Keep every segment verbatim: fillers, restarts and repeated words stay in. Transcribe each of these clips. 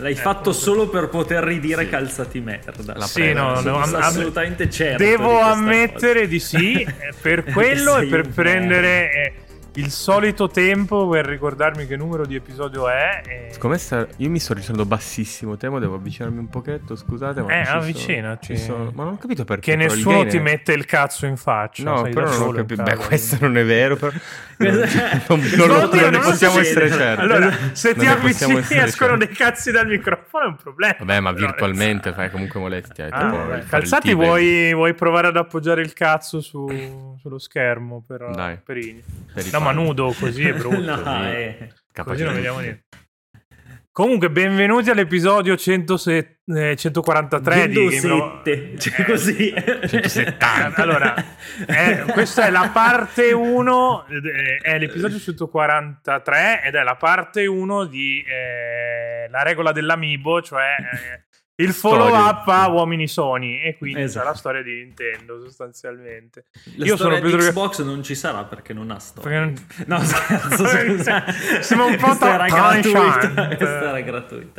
L'hai eh, fatto solo per poter ridire sì. calzati merda. La sì, no, sono no, assolutamente certo. Devo di ammettere cosa. Di sì, per quello e per prendere eh, il solito tempo per ricordarmi che numero di episodio è. E... Siccome sta... io mi sto risultando bassissimo, temo devo avvicinarmi un pochetto, scusate. Ma eh, avvicinaci. Sono... Sono... Ma non ho capito perché. Che nessuno ti mette il cazzo in faccia. No, sei però da non ho capito. Beh, questo non è vero. Però... non, non, non, non ne possiamo essere certi. Allora, se ti avvicini escono dei cazzi dal microfono è un problema. Vabbè, ma virtualmente fai comunque molestia. Ah, tipo, Calzati, vuoi, vuoi provare ad appoggiare il cazzo su, sullo schermo per, Dai. per i... No, ma nudo così è brutto. No, così. È... così non vediamo niente. Comunque, benvenuti all'episodio centosette, eh, centoquarantatré di Game cioè così centosettanta. Allora, eh, questa è la parte uno, eh, è l'episodio centoquarantatré ed è la parte uno di eh, La regola dell'amiibo, cioè eh, il follow up a Uomini Sony, e quindi esatto. Sarà la storia di Nintendo sostanzialmente. La Io storia sono di Pedro Xbox non ci sarà perché non ha storia. Non... No, scherzo, scusa. Siamo un po' questa era gratuita. Questa era gratuita.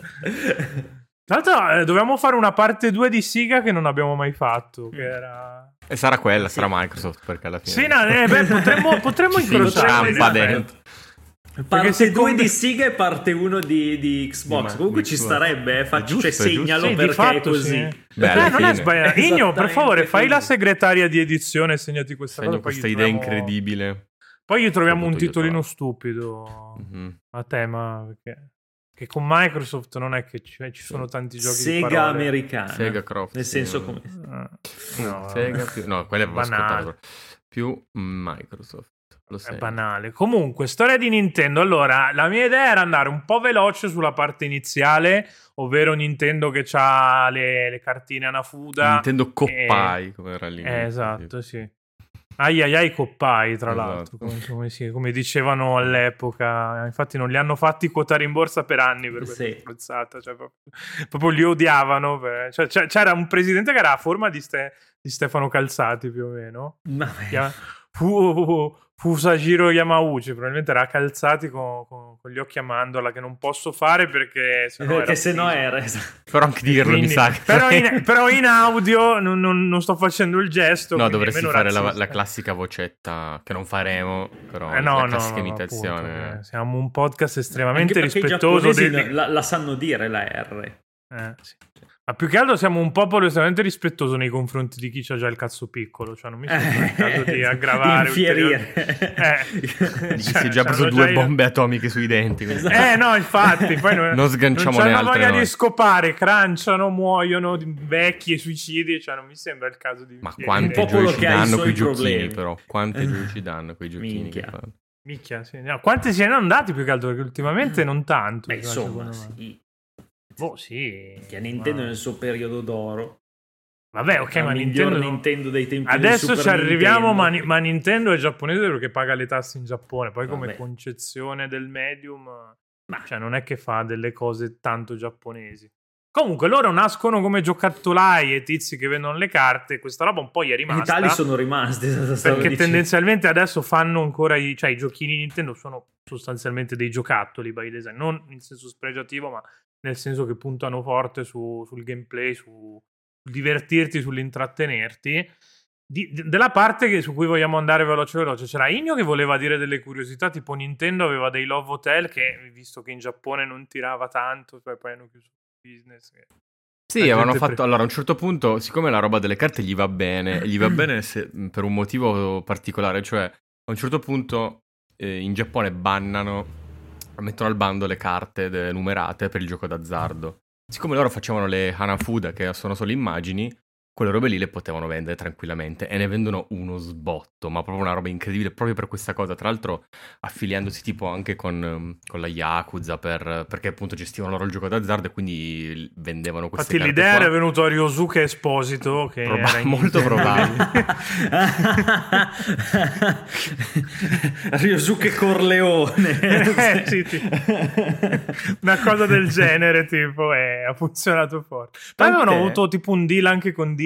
Tra l'altro eh, dovevamo fare una parte due di Sega che non abbiamo mai fatto, che era... E sarà quella, sì. Sarà Microsoft, perché alla fine... Sì, no, eh, beh, potremmo, potremmo incrociare. dentro. Parte due di Sega e parte uno di, di Xbox. Ma, Comunque ci Xbox. starebbe, eh, faccio, cioè, segnalo sì, perché fatto, è così. Sì. Beh, eh, non è sbagliato. Igno, per favore, fai la segretaria di edizione e segnati questa Segno cosa. Questa idea troviamo... incredibile. Poi gli troviamo un titolino stupido mm-hmm. a tema, perché che con Microsoft non è che ci, ci sono tanti giochi Sega di parole. americana. Sega Croft. Nel senso sì, come... Uh, no, Sega più... No, quella avevo ascoltato. Più Microsoft. Lo è banale. Comunque, storia di Nintendo. Allora, la mia idea era andare un po' veloce sulla parte iniziale, ovvero Nintendo che ha le, le cartine a Nafuda. Nintendo Coppai, e... come era lì. Eh, esatto, sì. Ai ai ai Coppai, tra esatto. l'altro, come, come, sì, come dicevano all'epoca. Infatti non li hanno fatti quotare in borsa per anni per questa sì. Strozzata. Cioè, proprio, proprio li odiavano. Per... Cioè, c'era un presidente che era a forma di, Ste... di Stefano Calzati, più o meno. Ma... Fu... Fusajiro Yamauchi, probabilmente era Calzati con, con, con gli occhi a mandorla, che non posso fare perché se no era, se no era però anche dirlo quindi, mi sa che... però, in, però in audio non, non, non sto facendo il gesto, no, dovresti fare la, la classica vocetta che non faremo, però eh no, la classica no, imitazione appunto, siamo un podcast estremamente rispettoso dei... la, la sanno dire la R eh, sì. Ma più che altro siamo un popolo estremamente rispettoso nei confronti di chi c'ha già il cazzo piccolo, cioè non mi sembra il caso di aggravare infierire eh. si è già preso due bombe io... atomiche sui denti esatto. eh no infatti poi non, non sganciamo non ne altre voglia noi. Di scopare, cranciano, muoiono vecchi suicidi, cioè non mi sembra il caso di ma quanti giochi ci danno quei giochini però quanti eh. giochi ci danno quei giochini minchia che fanno. Minchia, sì. No, quanti se ne hanno andati più che altro perché ultimamente non tanto. Beh, insomma sì. Oh sì, che Nintendo ma... nel suo periodo d'oro. Vabbè, ok, ma Nintendo... Nintendo dei tempi adesso del ci Super arriviamo, ma, Nintendo. ma Nintendo è giapponese perché paga le tasse in Giappone. Poi come Vabbè. concezione del medium, ma... cioè non è che fa delle cose tanto giapponesi. Comunque loro nascono come giocattolai e tizi che vendono le carte. Questa roba un po' gli è rimasta. I tali sono rimasti perché dicendo. tendenzialmente adesso fanno ancora i, cioè i giochini Nintendo sono sostanzialmente dei giocattoli by design, non in senso spregiativo, ma nel senso che puntano forte su, sul gameplay, su divertirti, sull'intrattenerti. Di, de, della parte che, su cui vogliamo andare veloce veloce, c'era Igno che voleva dire delle curiosità, tipo Nintendo aveva dei Love Hotel che, visto che in Giappone non tirava tanto, cioè poi hanno chiuso il business. Che... Sì, avevano fatto... Pre... Allora, a un certo punto, siccome la roba delle carte gli va bene, gli va bene se, per un motivo particolare, cioè a un certo punto eh, in Giappone bannano, mettono al bando le carte de- numerate per il gioco d'azzardo. Siccome loro facevano le Hanafuda, che sono solo immagini, quelle robe lì le potevano vendere tranquillamente e ne vendono uno sbotto, ma proprio una roba incredibile proprio per questa cosa, tra l'altro affiliandosi tipo anche con, con la Yakuza per, perché appunto gestivano loro il gioco d'azzardo e quindi vendevano queste Infatti carte l'idea qua. era venuta a Ryosuke Esposito che Proba- era in... molto probabile. Ryosuke Corleone eh, sì, sì. Una cosa del genere tipo e ha funzionato forte. Poi avevano avuto tipo un deal anche con Disney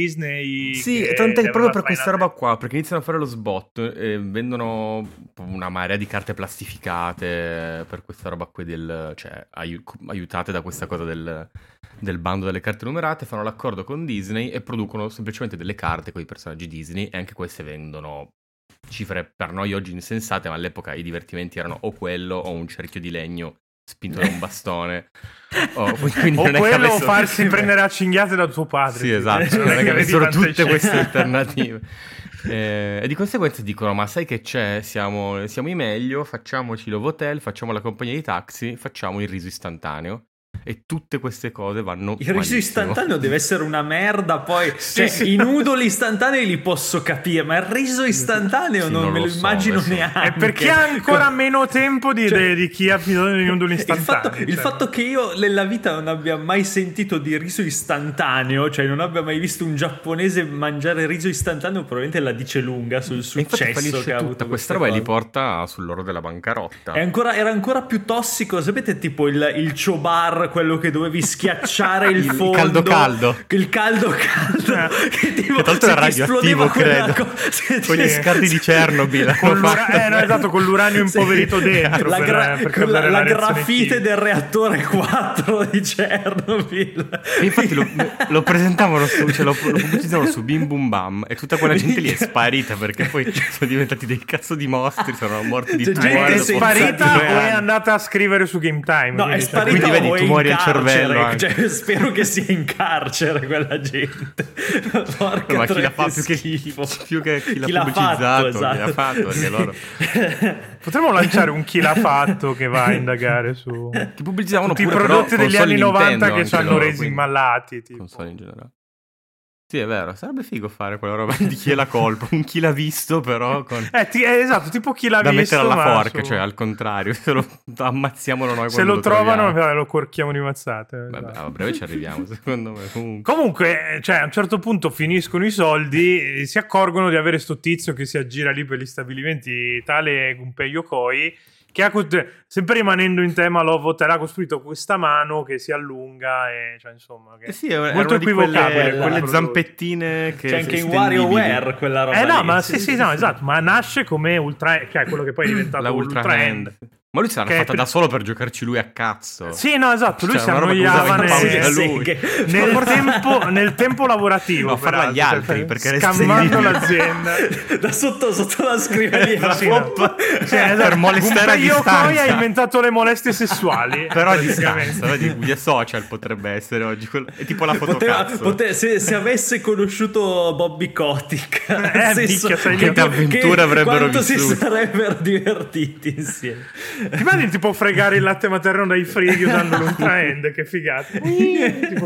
Disney. Sì, tant'è proprio per questa roba qua, perché iniziano a fare lo sbot e vendono una marea di carte plastificate per questa roba qui del, cioè ai- aiutate da questa cosa del, del bando delle carte numerate, fanno l'accordo con Disney e producono semplicemente delle carte con i personaggi Disney, e anche queste vendono cifre per noi oggi insensate, ma all'epoca i divertimenti erano o quello o un cerchio di legno spinto da un bastone o, o quello o farsi prendere a cinghiate da tuo padre. Sì, esatto, non è che avessero tutte queste alternative. Eh, e di conseguenza dicono: ma sai che c'è, siamo, siamo i meglio, facciamoci l'Ovotel, facciamo la compagnia di taxi, facciamo il riso istantaneo. E tutte queste cose vanno il riso malissimo. Istantaneo deve essere una merda, poi sì, cioè, sì. i noodoli istantanei li posso capire, ma il riso istantaneo sì, non, non me lo, lo so, immagino adesso. neanche. È perché ha ancora meno tempo di, cioè, di chi ha bisogno di noodoli istantanei. Il fatto, cioè. il fatto che io nella vita non abbia mai sentito di riso istantaneo, cioè non abbia mai visto un giapponese mangiare riso istantaneo, probabilmente la dice lunga sul successo che ha avuto questa roba e li porta sull'oro della bancarotta. È ancora, era ancora più tossico, sapete, tipo il, il chobar, quello che dovevi schiacciare il, il fondo, caldo caldo il caldo caldo che, tipo, che tra l'altro era radioattivo, credo, co- se, con gli scarti di Chernobyl con, l'ura- eh, no, esatto, con l'uranio impoverito sì, dentro la, per, gra- per la, la grafite grafite del reattore quattro di Chernobyl. E infatti lo, lo presentavano su, cioè lo, lo pubblicizzavano su Bim Bum Bam e tutta quella gente lì è sparita perché poi sono diventati dei cazzo di mostri, sono morti di Cioè, tumore. è sparita o è andata a scrivere su Game Time? No, è sparita quindi vedi o è tumori in al cervello carcere, anche. cioè, spero che sia in carcere quella gente. Porca no, ma chi tre, l'ha fatto che più che, schifo. più che chi l'ha Chi l'ha pubblicizzato, fatto, esatto. chi l'ha fatto, perché loro potremmo lanciare un chi l'ha fatto che va a indagare su ti pubblicizzavano tutti i pure prodotti degli anni novanta che ci hanno loro, resi quindi, malati, tipo. console in generale. Sì, è vero, sarebbe figo fare quella roba di chi è la colpa, un chi l'ha visto però con... Eh, ti, eh, esatto, tipo chi l'ha da visto mettere alla forca, su... cioè al contrario, se lo ammazziamolo noi se quando lo, lo trovano troviamo. lo corchiamo di mazzate. Vabbè, esatto. a breve ci arriviamo, secondo me. Comunque, Comunque, cioè, a un certo punto finiscono i soldi, si accorgono di avere sto tizio che si aggira lì per gli stabilimenti, tale Gunpei Yokoi, che ha, sempre rimanendo in tema Love Hotel, ha costruito questa mano che si allunga e cioè insomma che eh sì, è molto quelle, equivocabile quelle prodotto. zampettine che c'è anche in estendibili. WarioWare quella roba eh no lì. ma sì sì, sì no esatto, ma nasce come ultra, cioè quello che poi è diventato la Ultra, ultra Hand. hand. Ma lui se l'ha Che fatta per- da solo per giocarci lui a cazzo. Sì, no, esatto, lui Cioè, si una roba che annoiava usava in pausa nel, lui. nel, tempo, nel tempo lavorativo. No, farla agli peraltro, altri, cioè, perché era scammando estendibile. l'azienda. Da sotto, sotto la scrivania. Sì, no. Cioè, Per molestare a Gunpei Yokoi distanza. ha inventato le molestie sessuali. Però a praticamente. distanza, vedi, via social potrebbe essere oggi. quello- È tipo la Poteva, fotocazzo. pote- se, se avesse conosciuto Bobby Kotick, Eh, nel senso minchia, sai che che- avventura avrebbero quanto si vissuto. sarebbero divertiti insieme. Ti immagini tipo fregare il latte materno dai frighi usando l'ultra hand, che figata. Tipo,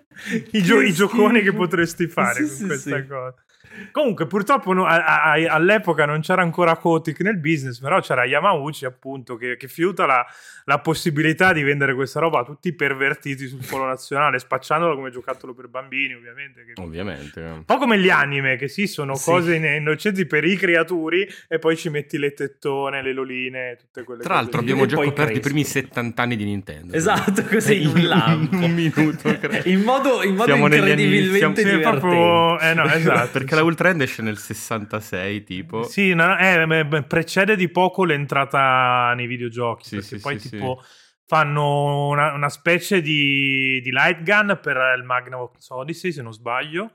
i, gio- i gioconi che potresti fare Sì, con sì, questa sì. cosa. Comunque purtroppo no, a- a- all'epoca non c'era ancora Kotick nel business, però c'era Yamauchi appunto che, che fiuta la, la possibilità di vendere questa roba a tutti i pervertiti sul polo nazionale, spacciandola come giocattolo per bambini ovviamente, che... Ovviamente. un po' come gli anime, che sì, sono Sì. cose in- innocenti per i creatori e poi ci metti le tettone, le loline, tutte quelle Tra cose l'altro lì. abbiamo E già poi coperto i crescono. primi settanta anni di Nintendo. Esatto, così in un lampo. un minuto, credo. In modo, in modo Siamo negli anni- incredibilmente siamo- Sì, è divertente. proprio... Eh no, esatto. Perché la Ultra Hand esce nel sessantasei, tipo. Sì, no, eh, beh, precede di poco l'entrata nei videogiochi, Sì, perché sì, poi sì, tipo fanno una, una specie di, di light gun per il Magnavox Odyssey, se non sbaglio,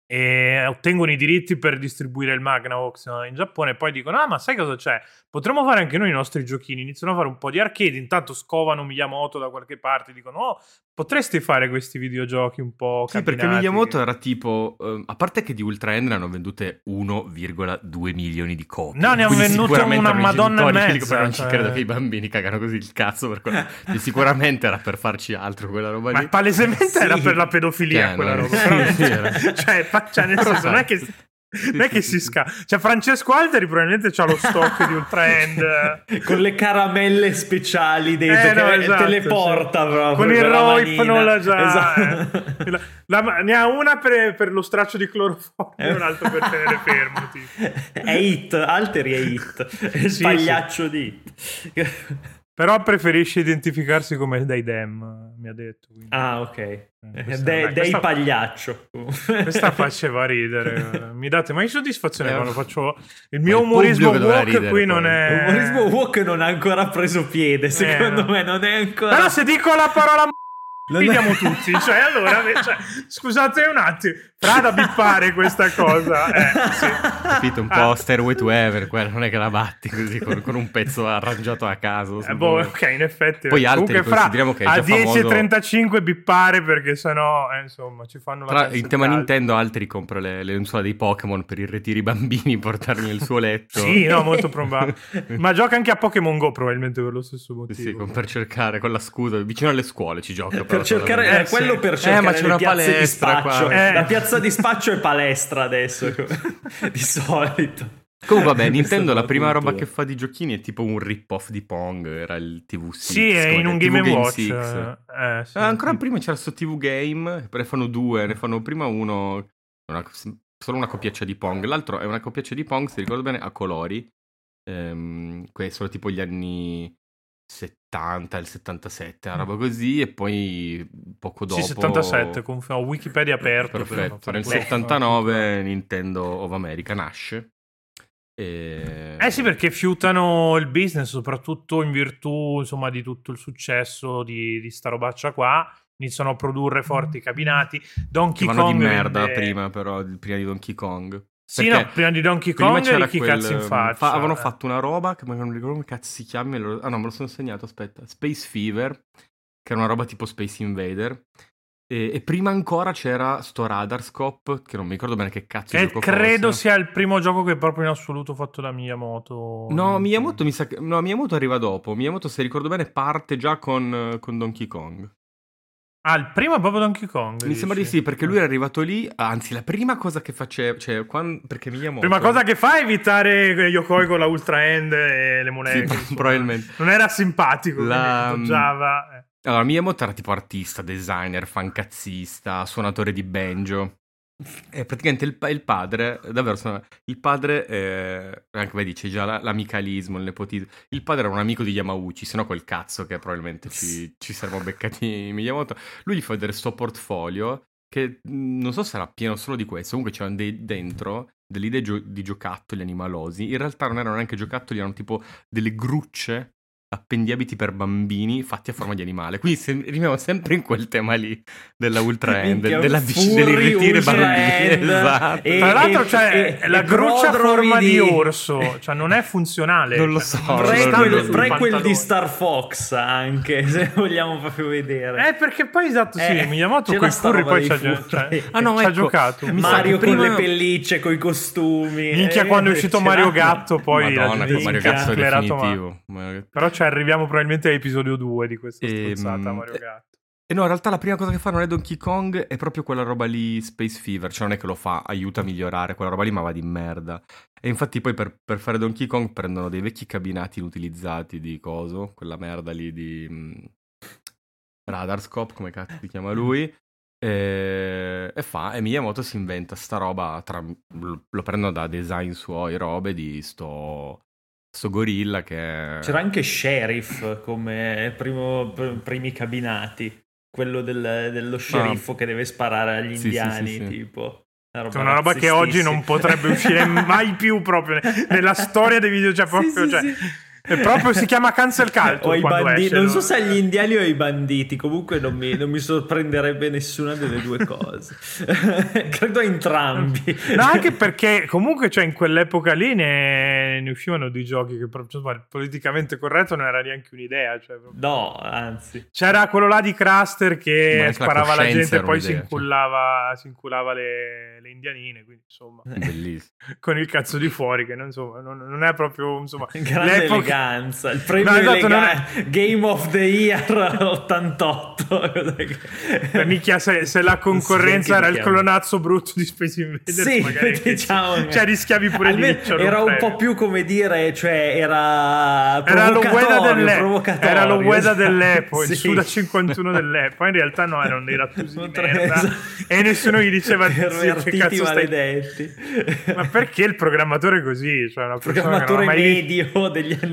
e ottengono i diritti per distribuire il Magnavox in Giappone e poi dicono ah ma sai cosa c'è? Potremmo fare anche noi i nostri giochini, iniziano a fare un po' di arcade, intanto scovano Miyamoto da qualche parte, dicono oh potresti fare questi videogiochi un po' Sì, perché cabinati, Miyamoto che- era tipo, eh, a parte che di Ultra Hand ne hanno vendute uno virgola due milioni di copie. No, ne hanno Quindi venduto sicuramente una erano i madonna e genitori che mezza, dicono, non ci cioè- credo che i bambini cagano così il cazzo per quello. E sicuramente era per farci altro quella roba Ma lì. palesemente Sì. era per la pedofilia Cioè, quella no, roba. sì, Però- sì, era. cioè, fa- cioè, nel Però senso, non è che, sai. non è che si sca... Cioè, Francesco Alteri probabilmente c'ha lo stock di Ultra Hand. Con le caramelle speciali dentro Eh, no, che esatto, te le porta sì. proprio Con il con la Roipnol manina. già. Esatto. eh. La- la- ne ha una per, per lo straccio di cloroformio e un altro per tenere fermo. Tipo. È Hit, Alteri è Hit, è il Sì, pagliaccio di Hit. Però preferisce identificarsi come dai dem. mi ha detto. Quindi. Ah, ok. Eh, De- questa, dei dai, questa, pagliaccio. Questa faceva ridere. Mi date mai soddisfazione eh, quando faccio il mio il umorismo walk ridere, qui non poi. è... L'umorismo walk non ha ancora preso piede, secondo eh, me non è ancora... Però se dico la parola vediamo tutti, cioè allora cioè, scusate un attimo, Fra da bippare questa cosa, eh, sì. Capito, un po' ah. Stairway to Heaven, quella non è che la batti così con, con un pezzo arrangiato a caso. Eh, boh, ok, in effetti. Poi altri consideriamo che è a già dieci e trentacinque famoso... bippare perché sennò eh, insomma ci fanno la Tra, in tema Nintendo altri compra le, le lenzuola dei Pokémon per irretire i bambini, portarli nel suo letto. Sì, no, molto probabile. Ma gioca anche a Pokémon Go probabilmente per lo stesso motivo. Sì, con, per cercare con la scusa vicino alle scuole ci gioca. Per cercare, eh, quello per cercare eh, ma c'è una palestra di qua. Eh. La piazza di spaccio è palestra adesso di solito. Comunque vabbè, Nintendo la prima roba che fa di giochini è tipo un rip-off di Pong, era il T V sei. Sì, è in un Game and Watch. Eh, sì, eh, ancora sì. Prima c'era sto T V Game, poi ne fanno due, ne fanno prima uno, una, solo una coppiaccia di Pong, l'altro è una coppiaccia di Pong, se ricordo bene, a colori, ehm, questi sono tipo gli anni settanta, il settantasette, una roba così, e poi poco dopo... Sì, settantasette, confermo, Wikipedia aperto. Perfetto, nel settantanove Nintendo of America nasce. E... Eh sì, perché fiutano il business, soprattutto in virtù, insomma, di tutto il successo di, di sta robaccia qua. Iniziano a produrre forti cabinati. Donkey che Kong di merda vende... prima, però, prima di Donkey Kong. Sì, no, prima di Donkey Kong eri chi quel... cazzo in faccia. Fa, avevano eh. fatto una roba che non ricordo come cazzo si chiama. Ah no, me lo sono segnato, aspetta. Space Fever, che era una roba tipo Space Invader. E, e prima ancora c'era sto Radarscope, che non mi ricordo bene che cazzo che gioco credo fosse. sia il primo gioco che proprio in assoluto fatto da Miyamoto. No, Miyamoto mi sa che... No, Miyamoto arriva dopo. Miyamoto, se ricordo bene, parte già con, con Donkey Kong. Ah, il primo è proprio Donkey Kong. Mi dici? sembra di sì, perché lui è arrivato lì. Anzi, la prima cosa che faceva, cioè, quando, perché Miyamoto. Prima cosa che fa è evitare Yokoi con la Ultra End e le monete. Sì, insomma. Probabilmente. Non era simpatico. La... Java. Eh. Allora, Miyamoto era tipo artista, designer, fancazzista, suonatore di banjo. E praticamente il, il padre, davvero, il padre, eh, anche vedi, c'è già l'amicalismo, il nepotismo. Il padre era un amico di Yamauchi, se no quel cazzo che probabilmente ci, ci saremmo beccati Miyamoto. Lui gli fa vedere sto portfolio che non so se era pieno solo di questo, comunque c'erano dei, dentro delle idee gio- di giocattoli animalosi. In realtà non erano neanche giocattoli, erano tipo delle grucce appendiabiti per bambini fatti a forma di animale, quindi se, rimaniamo sempre in quel tema lì della Ultra End, della dell'irritire bambini, esatto. E, tra l'altro c'è cioè, la gruccia a forma di... di orso, cioè non è funzionale, non lo cioè, so, prequel, prequel di Star Fox anche se vogliamo proprio vedere, eh perché poi esatto sì, eh, Miyamoto con i furri poi ci ha cioè, ah, no, ecco, giocato Mario con prima... le pellicce, coi costumi, minchia, eh, quando è uscito Mario Gatto poi Madonna, che Mario Gatto è definitivo, ma... però ci arriviamo probabilmente all'episodio due di questa e, strozzata Mario Gatto. E no, in realtà la prima cosa che fa non è Donkey Kong, è proprio quella roba lì, Space Fever, cioè non è che lo fa, aiuta a migliorare quella roba lì, ma va di merda. E infatti poi per, per fare Donkey Kong prendono dei vecchi cabinati inutilizzati di coso, quella merda lì di mh, Radarscope, come cazzo si chiama lui, e, e fa, e Miyamoto si inventa sta roba, tra, lo prendono da design suoi, robe di sto... sto gorilla che... C'era anche Sheriff come primo, primi cabinati, quello del, dello sceriffo ah. che deve sparare agli sì, indiani, sì, sì, sì. tipo... Una roba, una roba che oggi non potrebbe uscire mai più proprio nella storia dei video, cioè proprio... Sì, cioè, sì, sì. È proprio si chiama cancel culture o i bandi- esce, non no? so se agli indiani o ai banditi, comunque non mi, non mi sorprenderebbe nessuna delle due cose. Credo a entrambi, no, anche perché comunque cioè, in quell'epoca lì ne, ne uscivano dei giochi che proprio cioè, politicamente corretto non era neanche un'idea, cioè, no, anzi c'era quello là di Craster che ma sparava la gente e poi un'idea, si incullava, cioè. si incullava le, le indianine, quindi insomma bellissimo, con il cazzo di fuori che non, insomma, non, non è proprio insomma grande l'epoca... eleganza, il premio no, esatto, elega- è... Game of the Year ottantotto. Beh, minchia, se, se la concorrenza era il colonnazzo brutto di Space Invaders, sì, magari diciamo, cioè rischiavi pure lì, era un po' più come dire, cioè era era lo Ueda dell'epoca, era lo Ueda dell'epoca, sì. il Suda cinquantuno dell'epoca, in realtà no, erano dei rattusi di merda e nessuno gli diceva che cazzo maledetti stai... ma perché il programmatore è così, cioè una programmatore mai... medio degli anni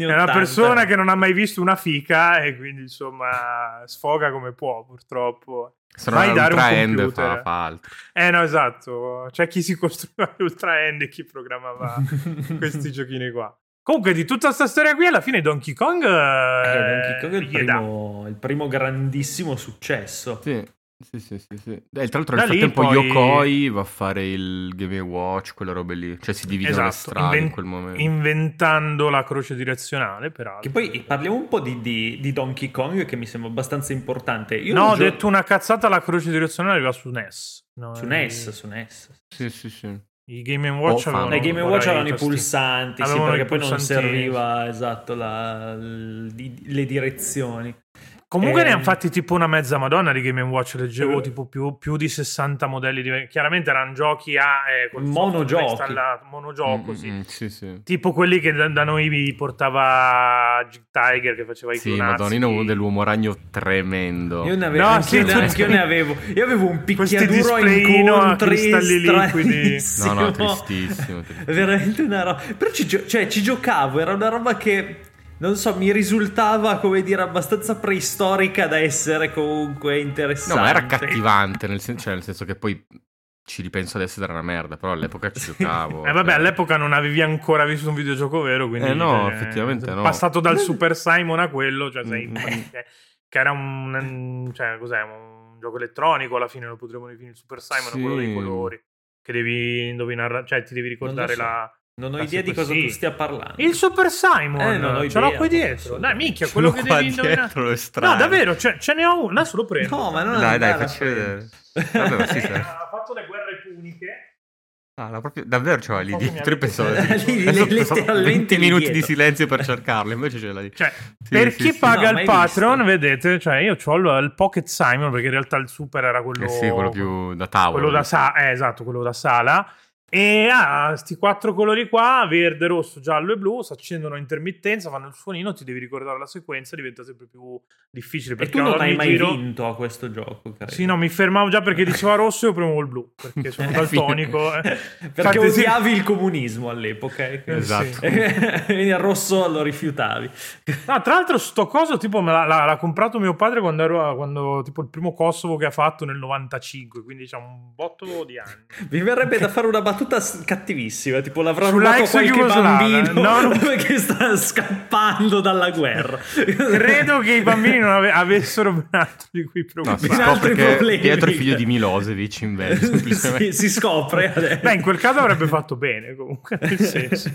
anni È ottanta. una persona che non ha mai visto una fica e quindi insomma sfoga come può, purtroppo. Se non Vai è dare un ultra-end computer. fa, fa altro. Eh no, esatto. C'è chi si costruiva l'ultra-end e chi programmava questi giochini qua. Comunque di tutta questa storia qui alla fine Donkey Kong Eh, eh, Donkey Kong è il gli dà. primo, il primo grandissimo successo. Sì. Sì, sì, sì, sì. Eh, tra l'altro Da nel lì frattempo poi- Yokoi va a fare il Game and Watch, quelle robe lì. Cioè si dividono le Esatto, strade in inven- quel momento. inventando la croce direzionale, peraltro. Che poi parliamo un po' di, di- di Donkey Kong, che mi sembra abbastanza importante. Io No, lo ho gio- detto una cazzata, la croce direzionale arriva su N E S. No, su eh, N E S, su N E S. Sì, sì, sì. I Game and Watch Oh, avevano... I Game and ora Watch avevano i tasti- pulsanti, sì, Avevano perché i poi non pulsantini. serviva esatto la- l- le direzioni. Comunque ne Ehm, hanno fatti tipo una mezza madonna di Game and Watch, leggevo Eh. tipo più, più di sessanta modelli diversi. Chiaramente erano giochi a eh, col software Monogiochi. installato, monogioco, Mm, sì. mm, mm, sì, sì. Tipo quelli che da, da noi vi portava Jig Tiger che faceva i Sì, clonazzi. Madonnino uno dell'uomo ragno tremendo. Io ne avevo, No, anch'io, sì, ne, tu- anch'io ne avevo. Io avevo un Questi picchiaduro a displayino a incontri cristalli liquidi. stranissimo. No, no, tristissimo, tristissimo. È veramente una roba. Però ci, gio- cioè, ci giocavo, era una roba che non so, mi risultava, come dire, abbastanza preistorica da essere comunque interessante. No, ma era accattivante, nel, sen- cioè, nel senso che poi ci ripenso adesso era una merda, però all'epoca ci giocavo. Eh vabbè, cioè. all'epoca non avevi ancora visto un videogioco vero, quindi Eh no, eh, effettivamente no. passato dal Super Simon a quello, cioè sei Mm. che, che era un cioè cos'è, un gioco elettronico, alla fine lo potremmo definire il Super Simon, Sì. quello dei colori che devi indovinare, cioè ti devi ricordare Non lo so. la Non ho la idea di sequenza- cosa sì. tu stia parlando. Il Super Simon, Eh, non ho ce l'ho idea, qui non dietro. so. Dai, minchia, Ce quello l'ho che qua devi indovinare. dietro, è strano. No, davvero, ce, ce ne ho uno, adesso lo prendo. No, ma non Dai, dai, andare a facci prendere. vedere. Vabbè, ma sì, Eh, sai. ha fatto le guerre puniche. Ah, no, proprio, davvero ce l'hai lì Non so se mi dietro. Io pensavo, avete- adesso Lì, pensavo letteralmente venti lì minuti di dietro. silenzio per cercarlo, invece ce l'hai lì. Cioè, Sì, per sì, chi sì. paga No, il mai Patreon, visto. vedete, cioè io ho il, il Pocket Simon, perché in realtà il Super era quello... Eh sì, quello più da tavolo. quello da sa- eh, esatto, quello da sala. E ha sti quattro colori qua, verde, rosso, giallo e blu, si accendono a intermittenza, fanno il suonino, ti devi ricordare la sequenza, diventa sempre più difficile. E Perché tu non ogni hai mai giro- vinto a questo gioco, credo. Sì, no, mi fermavo già perché diceva rosso e io premevo il blu, perché sono daltonico. eh. Perché Infatti, sì. odiavi il comunismo all'epoca. eh, quindi- Esatto. Quindi il rosso lo rifiutavi. No, tra l'altro sto coso tipo me l'ha, l'ha- l'ha comprato mio padre quando ero quando tipo il primo Kosovo che ha fatto nel novantacinque, quindi c'ha un botto di anni. Mi verrebbe da fare una battuta s- cattivissima, tipo l'avrà Sulla rubato ex qualche Jugoslava, bambino no, no. che sta scappando dalla guerra. Credo che i bambini non ave- avessero ben altro di cui No, si preoccuparsi. Ben scopre altri che problemi. Pietro è figlio di Milosevic invece, semplicemente. si, si scopre adesso. Beh, in quel caso avrebbe fatto bene comunque, nel senso.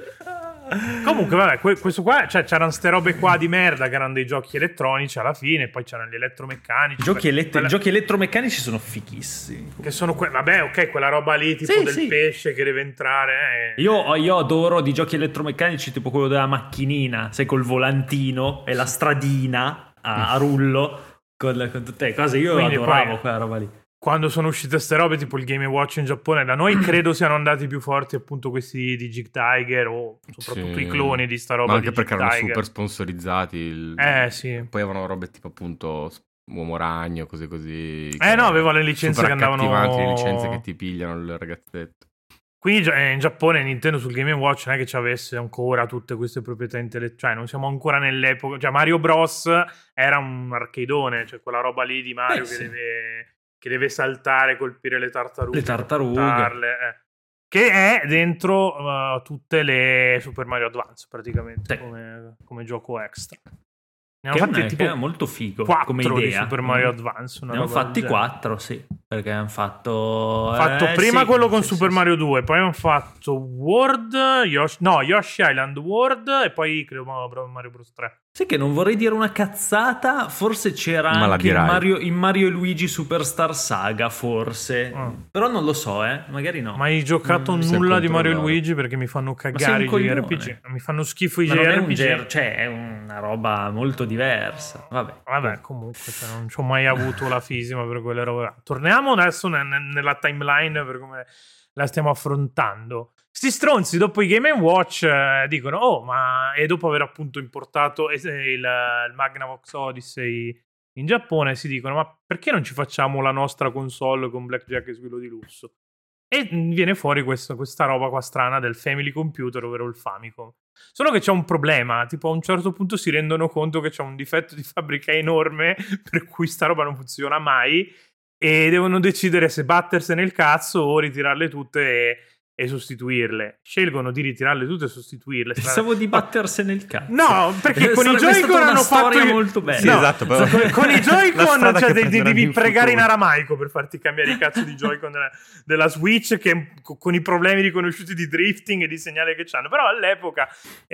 Comunque, vabbè, que- questo qua, cioè c'erano ste robe qua di merda che erano dei giochi elettronici alla fine, poi c'erano gli elettromeccanici. I giochi, que- elettro- quella- i giochi elettromeccanici sono fighissimi. che sono que- vabbè, ok, quella roba lì tipo Sì, del sì. pesce che deve entrare. eh. Io, io adoro di giochi elettromeccanici tipo quello della macchinina, sai, col volantino e la stradina a, a rullo con, con tutte le cose. Io Quindi adoravo poi- quella roba lì. Quando sono uscite ste robe tipo il Game and Watch in Giappone, da noi credo siano andati più forti appunto questi di Jig Tiger o soprattutto Sì. i cloni di sta roba Ma anche di perché Jig erano Tiger. super sponsorizzati. il- Eh sì. Poi avevano robe tipo appunto Uomo Ragno, cose così. Eh no, aveva le licenze super che andavano- accattivanti, le licenze che ti pigliano il ragazzetto. Qui gi- eh, in Giappone Nintendo sul Game and Watch non è che ci avesse ancora tutte queste proprietà intellettuali, cioè non siamo ancora nell'epoca, cioè Mario Bros era un arcadeone, cioè quella roba lì di Mario Eh, che, sì. deve, che deve saltare, colpire le tartarughe, Le tartarughe. buttarle, eh. Che è dentro uh, tutte le Super Mario Advance praticamente Sì. come, come gioco extra. Ne Che hanno è, fatti una- tipo che è molto figo quattro come di idea. Super Mario Mm. Advance, una Ne hanno roba del fatti genere. quattro, sì, perché hanno fatto... fatto eh, prima sì, quello con sì, Super sì, Mario due, poi hanno fatto World, Yoshi, no, Yoshi Island World e poi credo Mario Bros tre. Sai che non vorrei dire una cazzata, forse c'era Ma la anche in dirai. Mario, in Mario e Luigi Superstar Saga, forse. Ah. Però non lo so, eh, magari no. Ma hai giocato Mm, se nulla di Mario e controllare. Luigi perché mi fanno sei cagare i un J R P coglione. G. Mi fanno schifo i Ma non è un J R P G. ger- cioè è una roba molto diversa. Vabbè. Vabbè, comunque cioè, non ci ho mai avuto la fisima per quelle robe là. Torniamo adesso ne- ne- nella timeline per come la stiamo affrontando. Sti stronzi dopo i Game and Watch eh, dicono oh ma e dopo aver appunto importato es- il, il Magnavox Odyssey in Giappone si dicono ma perché non ci facciamo la nostra console con blackjack e squillo di lusso? E viene fuori questo, questa roba qua strana del Family Computer, ovvero il Famicom. Solo che c'è un problema, tipo a un certo punto si rendono conto che c'è un difetto di fabbrica enorme per cui sta roba non funziona mai e devono decidere se battersene il cazzo o ritirarle tutte e, e sostituirle. Scelgono di ritirarle tutte e sostituirle. Pensavo di battersene il cazzo. No, perché con i Joy-Con hanno fatto molto bella. Sì, no, esatto, però con, con i Joy-Con cioè, devi, devi in pregare in futuro. aramaico per farti cambiare i cazzo di Joy-Con della, della Switch, che con i problemi riconosciuti di drifting e di segnale che c'hanno. Però all'epoca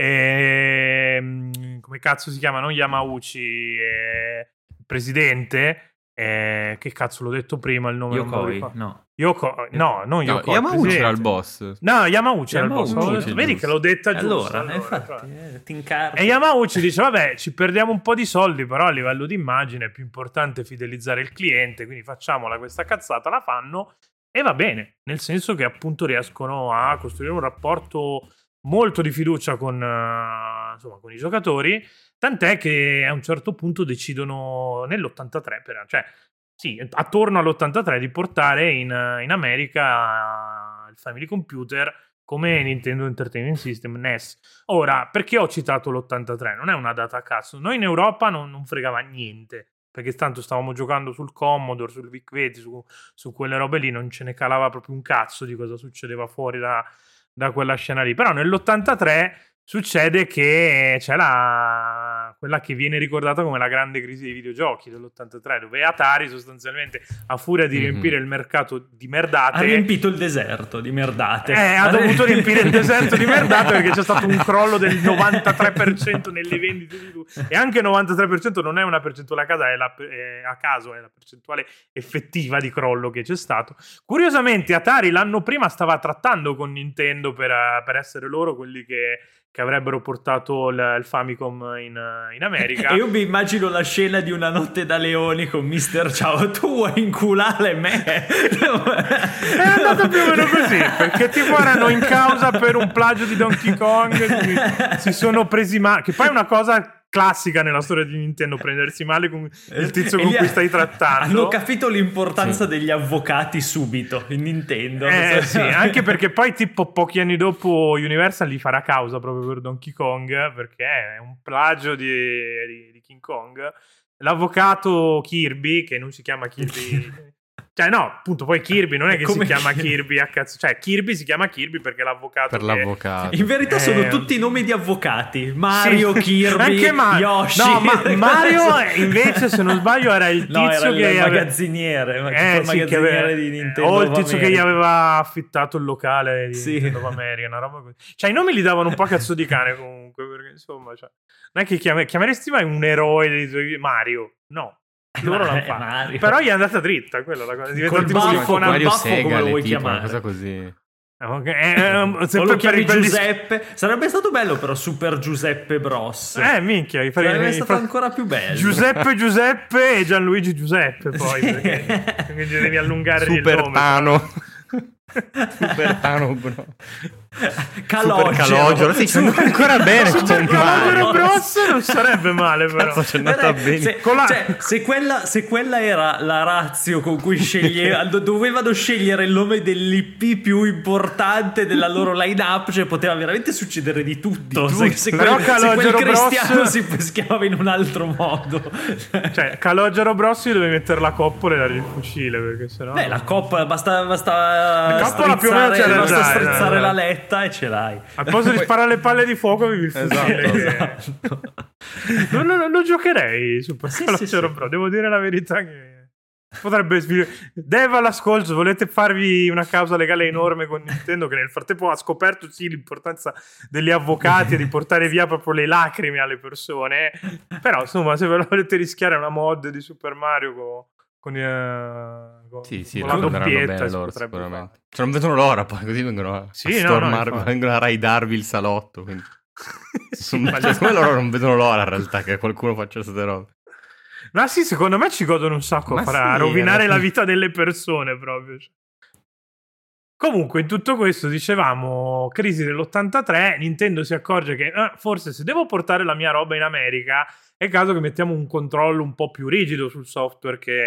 ehm, come cazzo si chiama? Non Yamauchi, eh, il presidente. Eh, che cazzo l'ho detto prima il nome? Yokoi, non no. Yoko, no, non No, Yokoi. Yamauchi era il boss. No, Yamauchi era il boss. Yamauchi, Detto, vedi che l'ho detta giusto. Allora, allora, infatti, cioè. eh, ti incarti. E Yamauchi dice, vabbè, ci perdiamo un po' di soldi, però a livello di immagine è più importante fidelizzare il cliente, quindi facciamola questa cazzata, la fanno e va bene, nel senso che appunto riescono a costruire un rapporto molto di fiducia con, uh, insomma, con i giocatori, tant'è che a un certo punto decidono nell'ottantatré, per, cioè sì, attorno all'ottantatré di portare in, in America il Family Computer come Nintendo Entertainment System, N E S. Ora, perché ho citato l'ottantatré? Non è una data a caso. Noi in Europa non, non fregava niente, perché tanto stavamo giocando sul Commodore, sul VIC venti, su, su quelle robe lì, non ce ne calava proprio un cazzo di cosa succedeva fuori da, da quella scena lì. Però nell'ottantatré succede che c'è la quella che viene ricordata come la grande crisi dei videogiochi dell'ottantatré, dove Atari sostanzialmente a furia di riempire mm-hmm. il mercato di merdate ha riempito il deserto di merdate eh, ha dovuto riempire il deserto di merdate perché c'è stato un crollo del novantatré per cento nelle vendite di lui, e anche il novantatré per cento non è una percentuale a caso, è, la, è a caso è la percentuale effettiva di crollo che c'è stato. Curiosamente Atari l'anno prima stava trattando con Nintendo per, per essere loro quelli che che avrebbero portato il, il Famicom in, in America. E io mi immagino la scena di Una notte da leoni con mister Ciao, tu vuoi inculare me? È andato più o meno così, perché tipo erano in causa per un plagio di Donkey Kong, si sono presi male, che poi è una cosa classica nella storia di Nintendo, prendersi male con il tizio con cui stai trattando. Hanno capito l'importanza sì. degli avvocati subito in Nintendo. Eh, sì, anche perché poi tipo pochi anni dopo Universal gli farà causa proprio per Donkey Kong, perché è un plagio di, di, di King Kong. L'avvocato Kirby, che non si chiama Kirby... Cioè no, appunto, poi Kirby non è che Come si chiama Kirby a cazzo, cioè Kirby si chiama Kirby perché l'avvocato per che... l'avvocato. In verità eh... sono tutti nomi di avvocati. Mario, sì. Kirby, anche Ma... Yoshi. No, ma Mario invece, se non sbaglio, era il tizio no, era che il magazziniere, eh, il magazziniere sì, aveva... di Nintendo. O il tizio che gli aveva affittato il locale di sì. Nintendo of America, una roba così. Cioè i nomi li davano un po' a cazzo di cane comunque, perché insomma, cioè... non è che chiam... chiameresti mai un eroe dei tuoi Mario? No. Loro l'hanno fatto, però gli è andata dritta quella la cosa. Col baffo, Mario baffo Sega, come lo vuoi tipo, chiamare? Una cosa così. Okay. Eh, um, o lo chiami Giuseppe dis... sarebbe stato bello, però Super Giuseppe Bros. Eh minchia, sarebbe stato fa... ancora più bello. Giuseppe Giuseppe e Gianluigi Giuseppe poi sì. perché... quindi devi allungare Super il nome Tano. Super Tano bro. Calogero, Super Calogero. Sì, c'è andata ancora bene. Super Calogero Bros non sarebbe male, però. C'è andata bene. Se, la... cioè, se, quella, se quella era la ratio con cui sceglieva, dovevano schiedere il nome dell'I P più importante della loro line-up, cioè poteva veramente succedere di tutto. Di tutto. Se, se, quel, se quel cristiano Bros... si peschiava in un altro modo. Cioè, Calogero Bros dovevi mettere la coppola e dare il fucile, perché sennò... Beh, la coppola basta, basta la coppola più o meno c'è basta già, strizzare eh, la letta e ce l'hai. Al posto di sparare le palle di fuoco avevi il fucile. Esatto, esatto. non, non, lo giocherei Super sì, Calogero sì, sì. Bros. Devo dire la verità che potrebbe Deva all'ascolto, volete farvi una causa legale enorme con Nintendo, che nel frattempo ha scoperto sì l'importanza degli avvocati e di portare via proprio le lacrime alle persone, però insomma se ve lo volete rischiare una mod di Super Mario con con, uh, con, sì, sì, con la doppietta bene loro, sicuramente. Cioè, non vedono l'ora poi, così vengono a, sì, a stormare, no, no, vengono a raidarvi il salotto. Quindi. sì, ma cioè, come loro non vedono l'ora in realtà che qualcuno faccia queste robe. Ma sì, secondo me ci godono un sacco a sì, rovinare la vita delle persone proprio. Comunque, in tutto questo, dicevamo, crisi dell'ottantatré, Nintendo si accorge che eh, forse se devo portare la mia roba in America è caso che mettiamo un controllo un po' più rigido sul software che,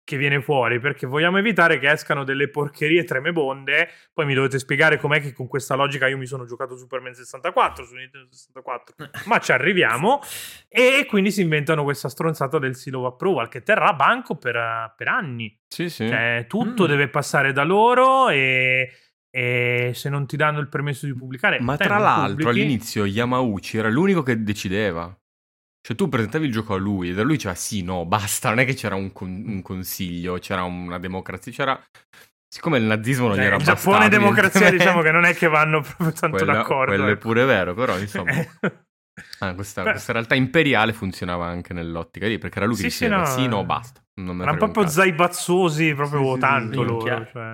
che viene fuori, perché vogliamo evitare che escano delle porcherie tremebonde. Poi mi dovete spiegare com'è che con questa logica io mi sono giocato Superman sessantaquattro su Nintendo sessantaquattro, ma ci arriviamo. E quindi si inventano questa stronzata del seal of approval che terrà banco per, per anni. Sì, sì. Cioè, tutto Mm. deve passare da loro e, e se non ti danno il permesso di pubblicare, Ma te tra non l'altro pubblichi. all'inizio Yamauchi era l'unico che decideva. Cioè tu presentavi il gioco a lui e da lui diceva sì, no, basta, non è che c'era un, con- un consiglio, c'era una democrazia, c'era... Siccome il nazismo non Cioè, era il Giappone e bastardo, democrazia evidentemente, diciamo che non è che vanno proprio tanto quello, d'accordo. quello è ecco. pure vero, però insomma... Ah, questa, Beh. questa realtà imperiale funzionava anche nell'ottica lì, perché era lui che Sì, sì, diceva no, sì, no, eh. basta. Non me ne Erano frega un proprio cazzo. zaibazzosi proprio Sì, sì, sì, tanto sì, loro. minchia. Cioè.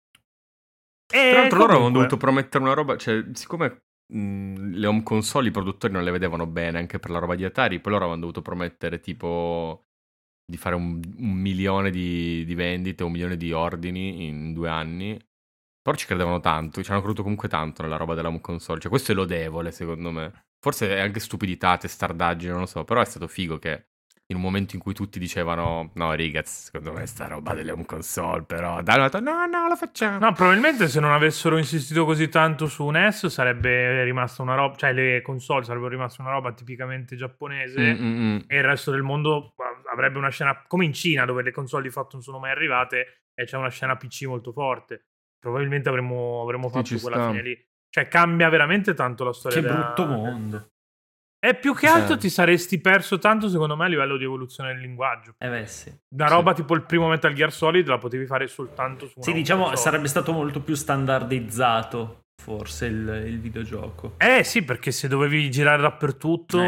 Tra E l'altro loro avevano comunque- dovuto promettere una roba, cioè siccome mh, le home console i produttori non le vedevano bene anche per la roba di Atari, poi loro avevano dovuto promettere tipo di fare un, un milione di, di vendite, un milione di ordini in due anni. Però ci credevano tanto, ci hanno creduto comunque tanto nella roba della home console, cioè questo è lodevole secondo me. Forse è anche stupidità, testardaggine, non lo so, però è stato figo che in un momento in cui tutti dicevano no ragazzi, secondo me sta roba delle home console, però dai, hanno detto no, no, lo facciamo. No, probabilmente se non avessero insistito così tanto su N E S sarebbe rimasta una roba, cioè le console sarebbero rimaste una roba tipicamente giapponese Mm, mm, mm. e il resto del mondo avrebbe una scena come in Cina dove le console di fatto non sono mai arrivate e c'è una scena P C molto forte. Probabilmente avremmo, avremmo Sì, fatto ci quella sta. fine lì. Cioè cambia veramente tanto la storia. Che della- brutto mondo. E più che altro Eh. ti saresti perso tanto secondo me a livello di evoluzione del linguaggio. Eh beh, sì. Una Sì. roba tipo il primo Metal Gear Solid la potevi fare soltanto su una Sì, diciamo console. sarebbe stato molto più standardizzato forse il, il videogioco. Eh sì, perché se dovevi girare dappertutto,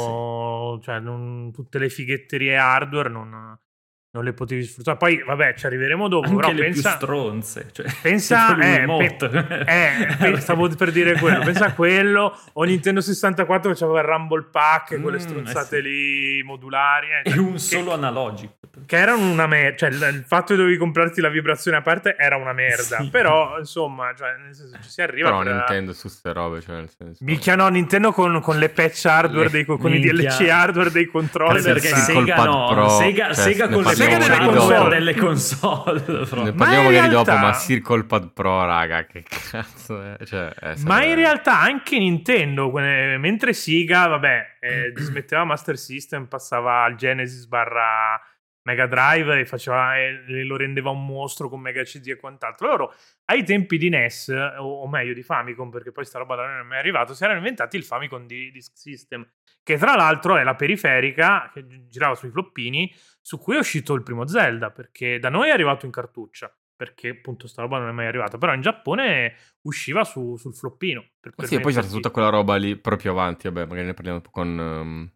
Eh, cioè non- tutte le fighetterie hardware non, non le potevi sfruttare. Poi vabbè, ci arriveremo dopo, Anche però le pensa, più stronze. Cioè, pensa tipo il eh, Wiimote. pe- eh, pe- stavo per dire quello, pensa a quello, o Nintendo sessantaquattro che aveva il Rumble Pack, Mm, quelle eh stronzate sì. lì modulari. eh, E cioè, un che- solo analogico. Che erano una merda, cioè il, il fatto che dovevi comprarti la vibrazione a parte era una merda, Sì. però insomma, cioè, nel senso, ci si arriva Però per- Nintendo su ste robe, cioè nel senso... Minchia no, Nintendo con, con le patch hardware, Le- dei, con i minchia. D L C hardware dei controller. Cazzo, Perché il sta- Circle Sega Pad no, Pro, Sega, cioè, Sega ne con le parliamo Sega delle hardware console. delle console. proprio. Ne Ma parliamo in magari realtà- dopo, ma Circle Pad Pro, raga, che cazzo è? Cioè, è Ma sarebbe- in realtà anche Nintendo, que- mentre Sega, vabbè, eh, dismetteva Master System, passava al Genesis barra Mega Drive e, faceva, e lo rendeva un mostro con Mega C D e quant'altro. Loro, ai tempi di N E S, o, o meglio di Famicom, perché poi sta roba da noi non è mai arrivato, si erano inventati il Famicom di Disk System, che tra l'altro è la periferica che gi- girava sui floppini, su cui è uscito il primo Zelda, perché da noi è arrivato in cartuccia, perché appunto sta roba non è mai arrivata, però in Giappone usciva su- sul floppino. Per Ma sì, e poi c'era permetterti- tutta quella roba lì proprio avanti, vabbè, magari ne parliamo con... um,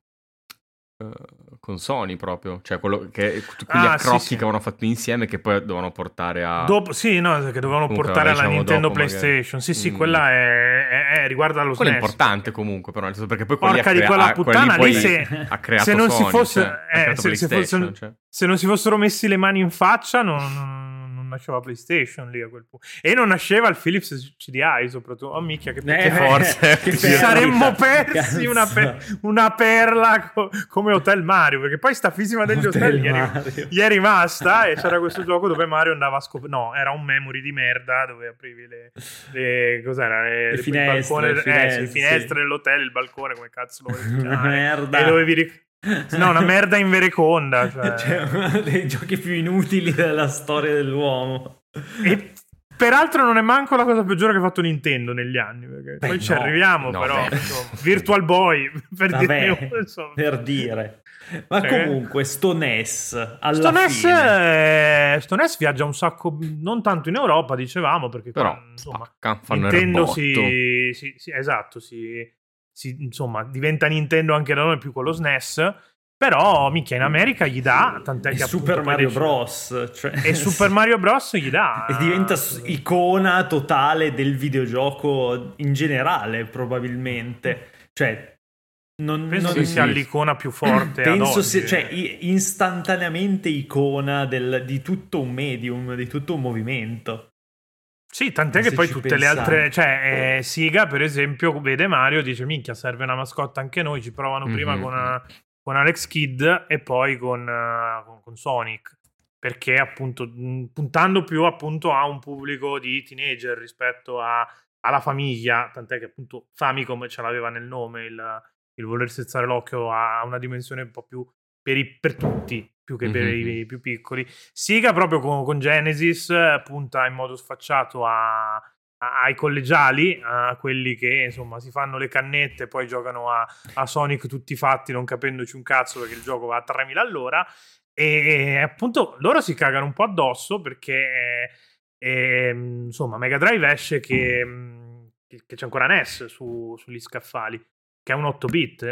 eh, con Sony proprio, cioè quello che tutti quegli Ah, accrocchi sì, sì. che avevano fatto insieme che poi dovevano portare a... Dopo, sì, no, che dovevano Comunque, portare vabbè, alla diciamo Nintendo dopo magari. PlayStation. Sì, sì, Mm. quella è, è- è- riguarda lo Quello è S N E S. importante comunque, però, nel senso, perché poi quelli Porca ha di crea- quella ha- quelli puttana poi lì, se- ha creato se non si Sony, fosse- cioè, ha eh, creato se- se PlayStation, fosse- cioè. Se non si fossero messi le mani in faccia, non, non, non nasceva PlayStation lì a quel punto. E non nasceva il Philips C D I, soprattutto. Oh, micchia, che Eh, peccato. forse. che Ci Ci saremmo perdita. persi una, per- Cazzo. una perla co- come Hotel Mario, perché poi sta fisima degli Hotel hotel gli è, Mario. gli è rimasta e c'era questo gioco dove Mario andava a scoprire, no, era un memory di merda dove aprivi le, le cos'era, le, Le il finestre, balcone, le eh, finestre, sì, finestre sì. dell'hotel, il balcone, come cazzo lo volevi Una chiamare. merda. E dovevi ric- no, una merda in vereconda, cioè. Cioè, uno dei giochi più inutili della storia dell'uomo. E peraltro non è manco la cosa peggiore che ha fatto Nintendo negli anni, perché Beh, poi ci no. arriviamo, No, però beh. insomma, Virtual Boy per Vabbè, dirne uno, insomma. per dire. Ma Cioè, comunque, sto N E S alla Sto N E S, fine. eh, sto N E S viaggia un sacco, non tanto in Europa, dicevamo, perché qua, Però insomma, spacca, fanno il Nintendo botto. si, si- si- esatto, si, si- insomma, diventa Nintendo anche da noi più con lo S N E S, però minchia in America gli dà, tant'è E che Super appunto Mario poi Bros. Cioè, e Super Mario Bros gli dà E diventa s- icona totale del videogioco in generale, probabilmente. Cioè, non, penso non che sia l'icona più forte ad penso oggi. sia, cioè, i- istantaneamente icona del- di tutto un medium, di tutto un movimento. Sì, tant'è Se che poi ci tutte le pensate. altre, cioè eh, Sega per esempio vede Mario e dice minchia serve una mascotta anche noi, ci provano prima Mhm. con, eh, con Alex Kidd e poi con, eh, con, con Sonic. perché appunto mh, puntando più appunto a un pubblico di teenager rispetto a, alla famiglia, tant'è che appunto Famicom ce l'aveva nel nome, il, il voler sezzare l'occhio a una dimensione un po' più per, i, per tutti, più che per mm-hmm. i più piccoli. Sega proprio con, con Genesis punta in modo sfacciato a, a, ai collegiali, a quelli che insomma si fanno le cannette e poi giocano a, a Sonic tutti fatti non capendoci un cazzo perché il gioco va a tremila all'ora, e appunto loro si cagano un po' addosso perché eh, insomma Mega Drive esce che, che c'è ancora N E S su, sugli scaffali, che è un otto bit,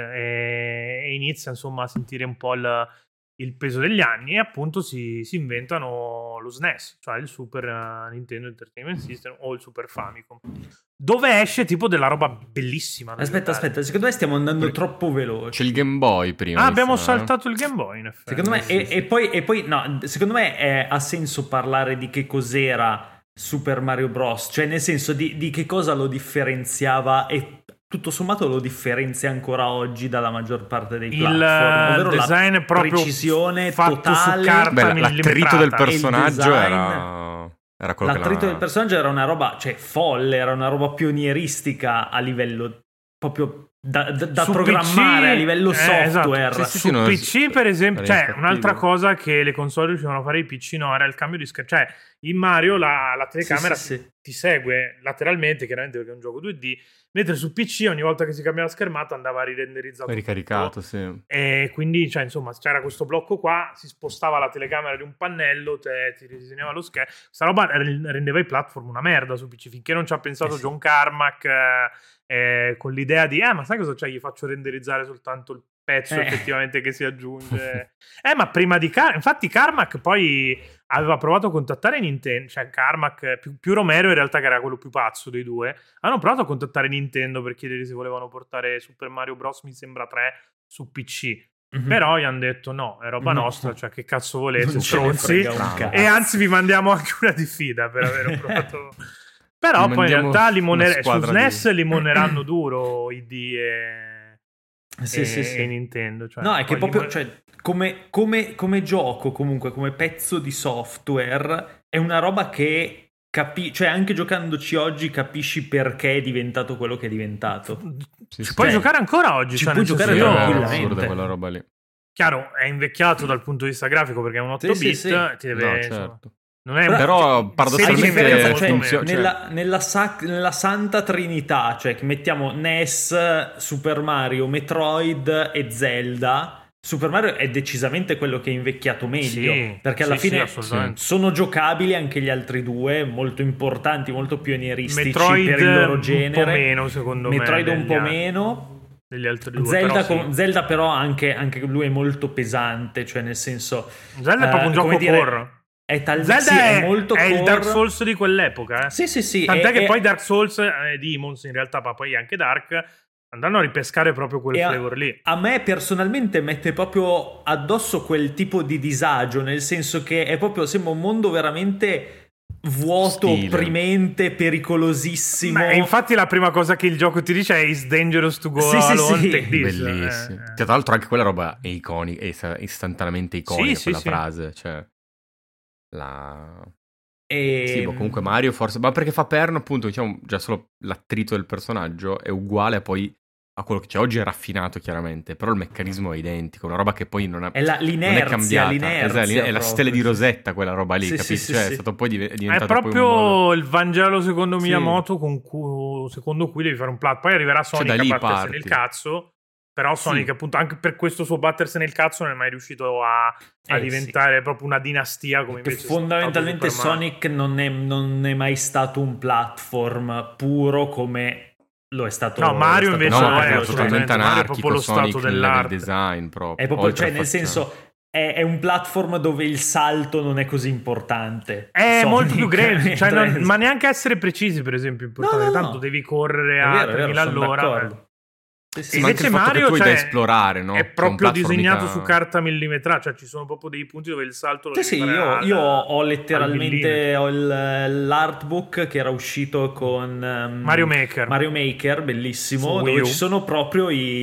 e, e inizia insomma a sentire un po' il, il peso degli anni, e appunto si, si inventano lo S N E S, cioè il Super Nintendo Entertainment System o il Super Famicom, dove esce tipo della roba bellissima. Aspetta, aspetta, secondo me stiamo andando Perché troppo veloci. C'è il Game Boy prima. Ah, abbiamo sarà. saltato il Game Boy in effetti. Secondo me, sì, e, sì. e, poi, e poi, no, secondo me è, ha senso parlare di che cos'era Super Mario Bros. Cioè, nel senso di, di che cosa lo differenziava e tutto sommato lo differenzia ancora oggi dalla maggior parte dei platform. Il design è proprio precisione fatto totale. su carta. Beh, l'attrito del personaggio design, era, era quello l'attrito che la... del personaggio era una roba, cioè, folle, era una roba pionieristica a livello proprio da, da, da programmare P C, a livello software. Eh, esatto. sì, sì, su sì, no, P C per esempio, cioè un'altra cattivo. cosa che le console riuscivano a fare, i P C no, era il cambio di schermo. Cioè in Mario la, la telecamera sì, sì, sì. ti segue lateralmente, chiaramente perché è un gioco due D, mentre su P C ogni volta che si cambiava la schermata andava rirenderizzato, ricaricato, tutto. Sì. E quindi cioè insomma c'era questo blocco qua, si spostava la telecamera di un pannello, te, ti ridisegnava lo schermo. Questa roba rendeva i platform una merda su P C, finché non ci ha pensato eh sì. John Carmack eh, eh, con l'idea di eh ma sai cosa c'è, gli faccio renderizzare soltanto il pezzo eh. effettivamente che si aggiunge. eh ma prima di Car- infatti Carmack poi aveva provato a contattare Nintendo, cioè Carmack più, più Romero in realtà, che era quello più pazzo dei due, hanno provato a contattare Nintendo per chiedere se volevano portare Super Mario Bros. Mi sembra tre su P C. Mm-hmm. Però gli hanno detto no, è roba no. nostra, cioè che cazzo volete, stronzi, e anzi vi mandiamo anche una diffida per aver provato. Però poi in realtà limone- su S N E S di... limoneranno duro I D e, sì, e, sì, sì. e Nintendo. Cioè, no, è che proprio limone... cioè, come, come, come gioco, comunque come pezzo di software, è una roba che capi- cioè anche giocandoci oggi capisci perché è diventato quello che è diventato. Sì, ci sì. puoi cioè, giocare ancora oggi. Ci cioè, puoi giocare io... tranquillamente. Quella roba lì. Chiaro, è invecchiato dal punto di vista grafico perché è un otto sì, bit, sì, sì. ti deve... No, insomma, certo. non è però, però paradossalmente cioè, funziona, cioè... nella, nella, sac- nella santa trinità, cioè che mettiamo N E S, Super Mario, Metroid e Zelda, Super Mario è decisamente quello che è invecchiato meglio, sì, perché alla sì, fine sì, sono giocabili anche gli altri due, molto importanti, molto pionieristici Metroid per il loro genere. Un po' meno secondo Metroid me un po' anni. meno degli altri due, Zelda, però, con, sì. Zelda però anche, anche lui è molto pesante, cioè nel senso Zelda è proprio un gioco dire, core. È tal- Zelda sì, è, è molto è core. il Dark Souls di quell'epoca, eh. Sì, sì, sì. Tant'è è, che è... poi Dark Souls e eh, Demons in realtà, ma poi anche Dark, andranno a ripescare proprio quel flavor a, lì. A me personalmente mette proprio addosso quel tipo di disagio, nel senso che è proprio, sembra un mondo veramente vuoto, Stile. opprimente, pericolosissimo. Ma infatti la prima cosa che il gioco ti dice è "It's dangerous to go sì, alone, sì, take sì. this". Bellissimo. Eh, Tra l'altro anche quella roba è iconica, è istantaneamente iconica, sì, quella sì, frase, cioè la... E... Sì, boh, comunque Mario forse, ma perché fa perno appunto, diciamo, già solo l'attrito del personaggio è uguale a poi a quello che c'è oggi, è raffinato chiaramente, però il meccanismo è identico, una roba che poi non, ha, è la, non è cambiata, l'inerzia, esatto, è la stella di Rosetta quella roba lì, sì, capisci? sì, Cioè sì, è stato poi div- è diventato è proprio poi un modo... il Vangelo secondo Sì. Miyamoto, con cui, secondo cui devi fare un plat. Poi arriverà Sonic Cioè, da lì a battersi parti. nel cazzo, però Sonic Sì. appunto anche per questo suo battersi nel cazzo non è mai riuscito a, a Eh, diventare sì. proprio una dinastia come Perché invece fondamentalmente Sonic non è, non è mai stato un platform puro come lo è stato. No, Mario è stato invece no, no, è è totalmente Mario è anarchico, proprio lo Sonic stato nel dell'arte. design proprio. È proprio, oltre cioè al nel fatto- senso è, è un platform dove il salto non è così importante. È Sonic, molto più grande, cioè non- mentre- ma neanche essere precisi, per esempio, è importante. No, no, no. Tanto devi correre È a vero, è vero, tremila sono all'ora. d'accordo. Sì, sì. Sì, ma anche Invece il fatto che Mario, tu hai da cioè, esplorare, no? è C'è un proprio platform disegnato mica- su carta millimetrata, cioè ci sono proprio dei punti dove il salto lo Sì, sì, devi io, fare al- io ho al letteralmente millimetro. ho il- l'artbook che era uscito con um, Mario Maker. Mario Maker, bellissimo, Su dove Wii U. ci sono proprio i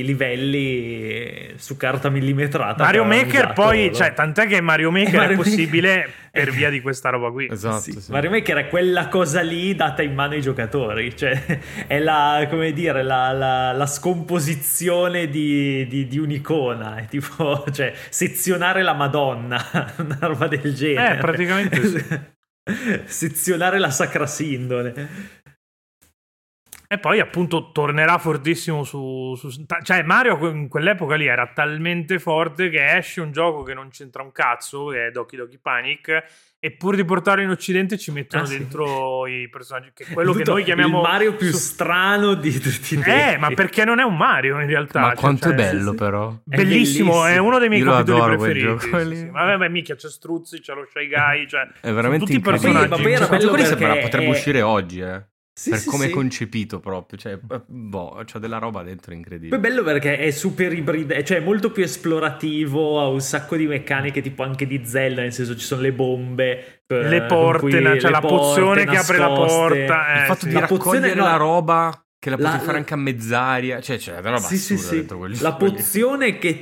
livelli su carta millimetrata. Mario che avevano Maker usato poi, loro. cioè, tant'è che Mario Maker Mario è possibile per via di questa roba qui. Esatto, sì. sì. Mario Maker è quella cosa lì data in mano ai giocatori, cioè è la, come dire, la, la, la scomposizione di, di, di un'icona, è tipo, cioè, sezionare la Madonna, una roba del genere. Eh, praticamente sì. Sezionare la Sacra Sindone. E poi appunto tornerà fortissimo su, su... Cioè Mario in quell'epoca lì era talmente forte che esce un gioco che non c'entra un cazzo, che è Doki Doki Panic, e pur di portarlo in Occidente ci mettono ah, dentro sì. i personaggi, che è quello Tutto che noi chiamiamo il Mario più su... strano di tutti i tempi. Eh, ma perché non è un Mario in realtà. Ma cioè, quanto cioè, è bello sì, però. È bellissimo, è, bellissimo, è uno dei miei Io capitoli adoro preferiti. Quel sì, gioco sì. Ma vabbè, mica c'è Struzzi, c'è lo Shy Guy, cioè è veramente tutti i incredibile. personaggi. Ma poi era quel gioco lì sembra perché potrebbe è... uscire oggi, eh. Sì, per sì, come sì. è concepito proprio, cioè, boh, c'ha della roba dentro incredibile. Poi è bello perché è super ibride, cioè è molto più esplorativo, ha un sacco di meccaniche tipo anche di Zelda, nel senso ci sono le bombe, le porte, cioè le la pozione che apre la porta, eh, il fatto sì. di la raccogliere pozione, no, la roba che la potevi la, fare anche a mezz'aria, cioè c'è della roba sì, assurda sì, sì. dentro quel la pozione che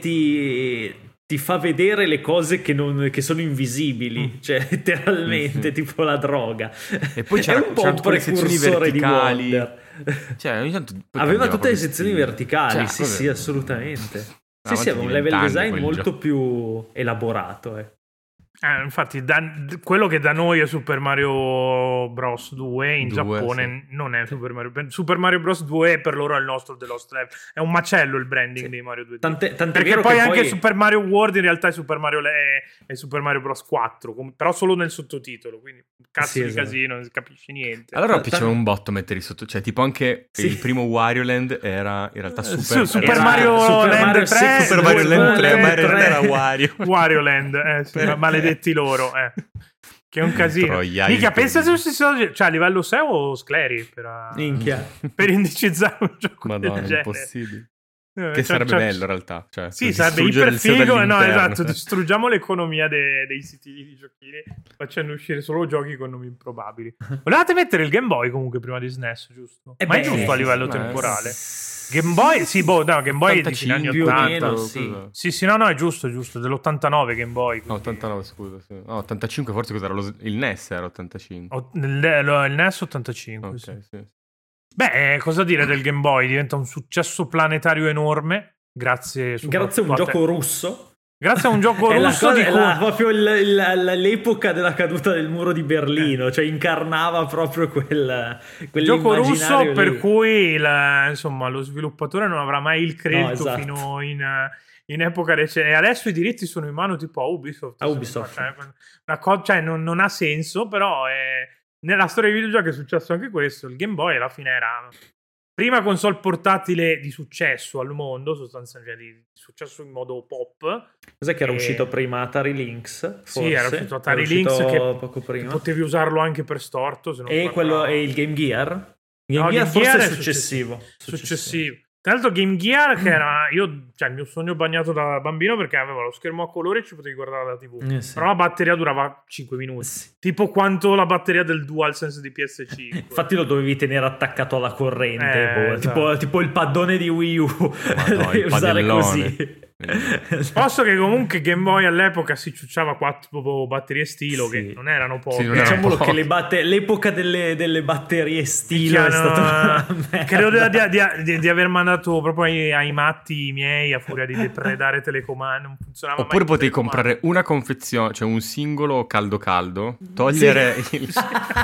ti ti fa vedere le cose che, non, che sono invisibili, mm. cioè letteralmente mm-hmm. tipo la droga. E poi c'era, è un po' un precursore di Wonder. Cioè, ogni tanto aveva tutte le sezioni stile. verticali, cioè, sì proprio... sì, assolutamente. No, sì sì, aveva un level design molto gioco. più elaborato, eh. Eh, infatti da, quello che da noi è Super Mario Bros due in due, Giappone sì. non è Super Mario Super Mario Bros due per loro è il nostro The Lost Level, è un macello il branding sì. dei Mario due D. Tant'è, tant'è perché vero poi che anche poi... Super Mario World in realtà è Super Mario, Le- è Super Mario Bros quattro, però solo nel sottotitolo, quindi cazzo sì, di esatto. casino, non si capisce niente. Allora piaceva un botto mettere sotto, cioè tipo anche sì. il primo Wario Land era in realtà Super, Su, Super era... Mario Super Land Mario tre, Super Mario Land tre, Mario Land era Wario. Wario Land, eh, sì, maledetti loro, eh. Che è un casino. Mica, pensa se si sono, cioè a livello S E O Scleri per, per indicizzare un gioco Madonna, del genere. Impossibile. Eh, che cioè, sarebbe cioè, bello in realtà, cioè, sì, sarebbe iper figo. No, esatto, distruggiamo l'economia de- dei siti di giochini facendo uscire solo giochi con nomi improbabili. Volevate mettere il Game Boy comunque prima di S N E S, giusto? Eh Ma beh, è giusto a livello sì, temporale. sì. Game Boy, sì, boh, no, Game Boy è di anni ottanta. Sì. sì, sì, no, no, è giusto, giusto, dell'ottantanove Game Boy. No, ottantanove, scusa, sì. No, ottantacinque forse cos'era? Lo... Il N E S era ottantacinque. O, il, il N E S ottantacinque, Ok, sì. sì. Beh, cosa dire del Game Boy? Diventa un successo planetario enorme. Grazie, grazie a un gioco russo. Grazie a un gioco è russo la cosa, di è cui... la, proprio il, il, l'epoca della caduta del muro di Berlino, cioè incarnava proprio quel gioco russo lì. Per cui la, insomma lo sviluppatore non avrà mai il credito, no, esatto. fino in, in epoca recente. E adesso i diritti sono in mano tipo a Ubisoft. A Ubisoft. Cioè, una co- cioè non, non ha senso, però è... nella storia dei videogiochi è successo anche questo. Il Game Boy alla fine era... prima console portatile di successo al mondo, sostanzialmente di successo in modo pop. Cos'è che era e... uscito prima? Atari Lynx? Forse? Sì, era uscito Atari era Lynx uscito che, poco prima. Che potevi usarlo anche per storto. Se non e, quello, e il Game Gear? Game no, Gear Game forse Gear è è successivo. Successivo. successivo. Tra l'altro Game Gear che era io, cioè il mio sogno bagnato da bambino perché aveva lo schermo a colore e ci potevi guardare la tivù. Eh sì. Però la batteria durava cinque minuti. Sì. Tipo quanto la batteria del DualSense di P S cinque. Infatti lo dovevi tenere attaccato alla corrente, eh, boh, esatto. tipo, tipo il paddone di Wii U. Madonna, il usare così. Posso che comunque Game Boy all'epoca si ciucciava quattro batterie stilo, sì. Che non erano poche. Sì, diciamolo che le batte- l'epoca delle, delle batterie stilo è stata credo di, di, di, di aver mandato proprio ai, ai matti miei a furia di depredare telecomando. Non funzionava oppure mai potevi comprare una confezione, cioè un singolo caldo caldo, togliere sì. il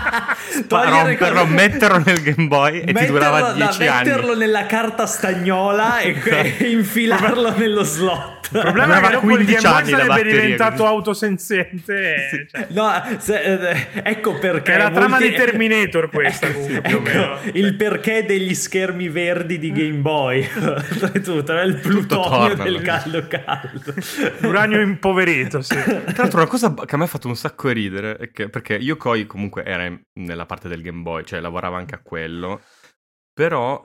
togliere romperlo, con... metterlo nel Game Boy e metterlo, ti durava dieci anni. Metterlo nella carta stagnola e, e infilarlo nello slot. Il problema è che dopo il Game Boy sarebbe diventato così. Autosenziente. Sì. Cioè. No, se, eh, ecco perché. È la molti... trama di Terminator questa comunque, più ecco, o meno. Il perché degli schermi verdi di Game Boy. Tutto, il plutonio torna, del caldo caldo. L'uranio impoverito, sì. Tra l'altro una cosa che a me ha fatto un sacco ridere è che, perché Yokoi comunque era nella parte del Game Boy, cioè lavorava anche a quello, però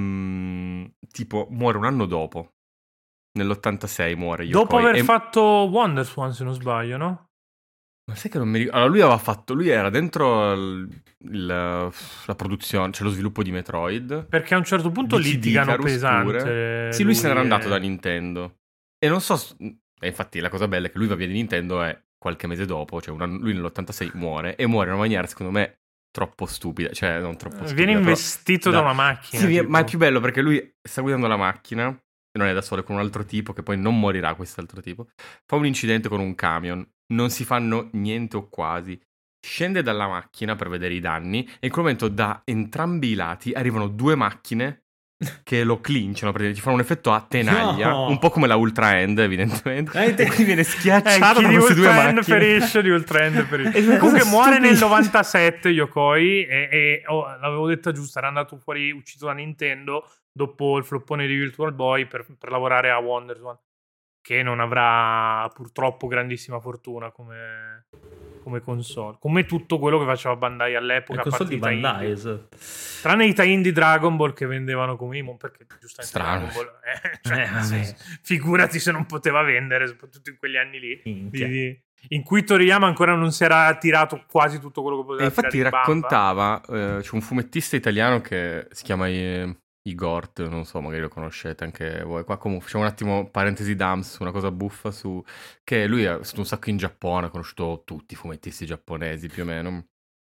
um, tipo muore un anno dopo. Nell'ottantasei muore Yokoi. Dopo aver e... fatto WonderSwan, se non sbaglio, no? Ma sai che non mi ricordo. Allora lui aveva fatto. Lui era dentro il, il, la produzione, cioè lo sviluppo di Metroid. Perché a un certo punto litigano pesante. Pure. Sì, lui, lui se n'era è... andato da Nintendo. E non so. E infatti la cosa bella è che lui va via di Nintendo e qualche mese dopo, cioè un anno, lui nell'ottantasei muore, e muore in una maniera secondo me troppo stupida, cioè non troppo stupida. Viene investito però, da una macchina. Sì, tipo. ma è più bello perché lui sta guidando la macchina, non è da solo, è con un altro tipo, che poi non morirà quest'altro tipo, fa un incidente con un camion, non si fanno niente o quasi, scende dalla macchina per vedere i danni, e in quel momento da entrambi i lati arrivano due macchine che lo clinciano, perché ti fanno un effetto a tenaglia, no. un po' come la Ultra End evidentemente, Eh, te- e quindi viene Eh, schiacciato chi da di queste due Ultra End macchine. ferisce, di Ultra End ferisce. È una Comunque cosa muore nel stupida. novantasette Yokoi e, e oh, l'avevo detta giusta, era andato fuori ucciso da Nintendo dopo il floppone di Virtual Boy per, per lavorare a WonderSwan, che non avrà purtroppo grandissima fortuna come, come console, come tutto quello che faceva Bandai all'epoca, Le console di partita Bandai, indie. esatto. Tranne i tie-in di Dragon Ball che vendevano come Imon, perché giustamente Strano. Dragon Ball, eh, cioè, Eh, vabbè. se- figurati se non poteva vendere, soprattutto in quegli anni lì, Minchia. di- di- in cui Toriyama ancora non si era tirato quasi tutto quello che E poteva infatti tirare in bamba. raccontava, eh, c'è un fumettista italiano che si chiama eh, Igort, non so, magari lo conoscete anche voi. Qua comunque facciamo un attimo parentesi Dams, una cosa buffa su che lui è stato un sacco in Giappone, ha conosciuto tutti i fumettisti giapponesi più o meno,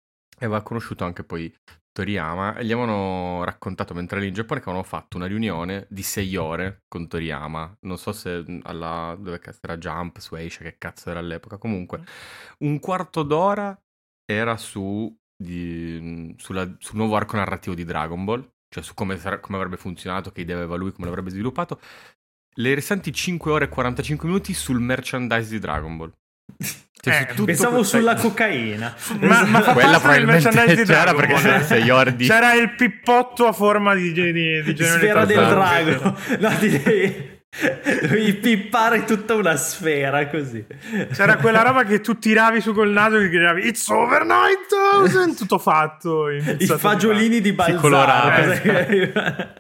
e aveva conosciuto anche poi Toriyama, e gli avevano raccontato mentre era in Giappone che avevano fatto una riunione di sei ore con Toriyama, non so se alla dove cazzo era, Jump, su Asia, che cazzo era all'epoca, comunque un quarto d'ora era su di, sulla, sul nuovo arco narrativo di Dragon Ball, cioè su come, sare- come avrebbe funzionato, che idea aveva lui, come l'avrebbe sviluppato. Le restanti cinque ore e quarantacinque minuti sul merchandise di Dragon Ball. Cioè, Eh, su tutto Pensavo quel- sulla cocaina. Ma, ma fa Quella parte del probabilmente merchandise di c'era, Dragon perché Ball. c'era sei ore di- C'era il pippotto a forma di, di, di, di Genere Sfera del Tarzan. drago. No, ti devi, devi pippare tutta una sfera così. C'era quella roba che tu tiravi su col naso e gridavi It's over nine thousand, tutto fatto. I fagiolini di Balzano. colorati.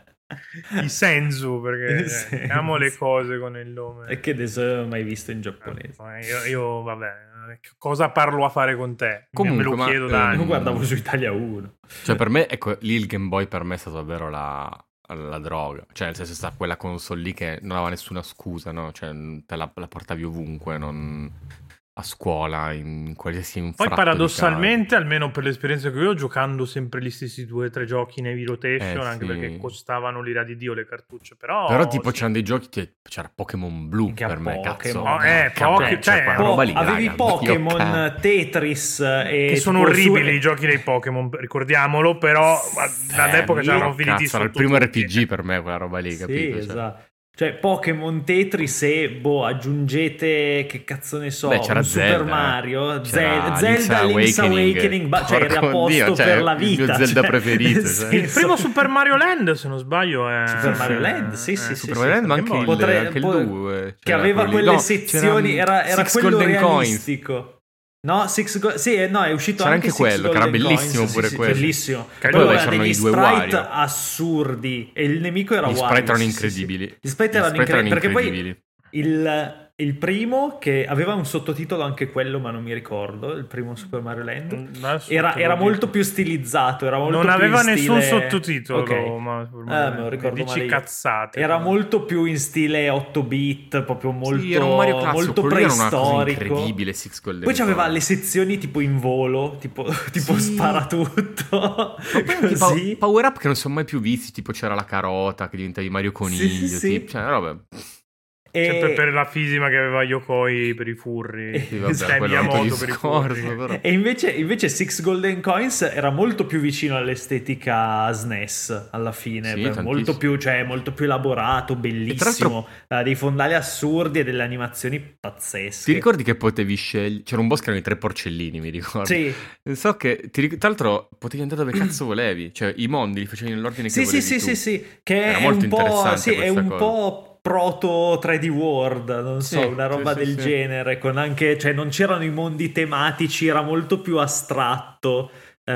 I senzu, perché I senzu. amo le cose con il nome. E che adesso non ho mai visto in giapponese. Ma Io, io, vabbè, cosa parlo a fare con te? Comunque, me lo ma, chiedo eh, da anni. Io guardavo su Italia uno. Cioè per me, ecco, lì il Game Boy per me è stato davvero la, la droga. Cioè nel senso è stata quella console lì che non aveva nessuna scusa, no? Cioè te la, la portavi ovunque, non... a scuola, in qualsiasi infratto Poi paradossalmente, almeno per l'esperienza che io ho, giocando sempre gli stessi due o tre giochi in heavy rotation, Eh, anche sì. perché costavano l'ira di Dio le cartucce, però... Però tipo sì. c'erano dei giochi, che- c'era Pokémon Blu Minchia, per me, Pokémon. cazzo. Oh, eh, Porca Poké- puttana, cioè, quella Po- roba lì, avevi raga, Pokémon, io- Tetris e Che sono tipo orribili su- i giochi dei Pokémon, ricordiamolo, però Eh, all'epoca ci eravamo cazzo, finiti era il sotto primo tutti. R P G per me, quella roba lì, Sì, capito? Cioè, esatto. Cioè Pokémon, Tetris e boh, aggiungete che cazzo ne so, Beh, c'era un Zelda, Super Mario, c'era Zel- Zelda Link's Link's Awakening. Awakening, ba- cioè eri a Porco posto Dio, cioè, per la il mio vita. Zelda cioè, preferito, nel cioè. Il senso- primo Super Mario Land, se non sbaglio, è... Super Mario Land, sì, sì, eh, sì, Super sì. Mario Land, ma anche il, Potrei- anche il po- due. che aveva quelle sezioni, era, era Six quello Golden Coins. realistico. No, Six Go- sì, eh, no, è uscito C'era anche, anche Six quello, che era Golden bellissimo Coins, pure sì, sì, quello. bellissimo. Che Quello poi aveva c'erano degli i due sprite Wario. assurdi e il nemico era Gli Wario. sprite erano sì, sì, sì. incredibili. Gli sprite Gli erano sprite erano incredibili, perché poi incredibili. il, il primo, che aveva un sottotitolo anche quello, ma non mi ricordo, il primo Super Mario Land, Adesso era, te lo era dico. molto più stilizzato, era molto Non più aveva in nessun stile- sottotitolo, Ok. ma Ah, me lo ricordo dici male io. cazzate. Era molto più in stile otto bit, proprio molto, Sì, era un Mario classico, molto quello lì era una cosa preistorico. incredibile, Six Golden Poi c'aveva Coins. le sezioni tipo in volo, tipo, tipo Sì. sparatutto. Ma poi anche i Così. pow- power up che non sono mai più visti, tipo c'era la carota che diventavi Mario Coniglio, Sì, sì, sì. tipo, cioè roba. E- Sempre per la fisima che aveva Yokoi per i furri. Sì, vabbè, Cioè, quello è un altro Miyamoto per i discorso, furri. però. E invece, invece Six Golden Coins era molto più vicino all'estetica S N E S alla fine, Sì, per- tantissimo. molto, più, cioè, molto più elaborato, bellissimo, eh, dei fondali assurdi e delle animazioni pazzesche. Ti ricordi che potevi scegliere? C'era un boss che erano i tre porcellini, mi ricordo. Sì, So che, ti ric- tra l'altro, potevi andare dove cazzo volevi. Cioè, i mondi li facevi nell'ordine sì, che sì, volevi sì, tu. sì, sì, che Era è molto un po', interessante sì, è questa un cosa. po' proto tre D World, non so, Sì, una roba sì, del sì, sì. genere, con anche, cioè non c'erano i mondi tematici, era molto più astratto.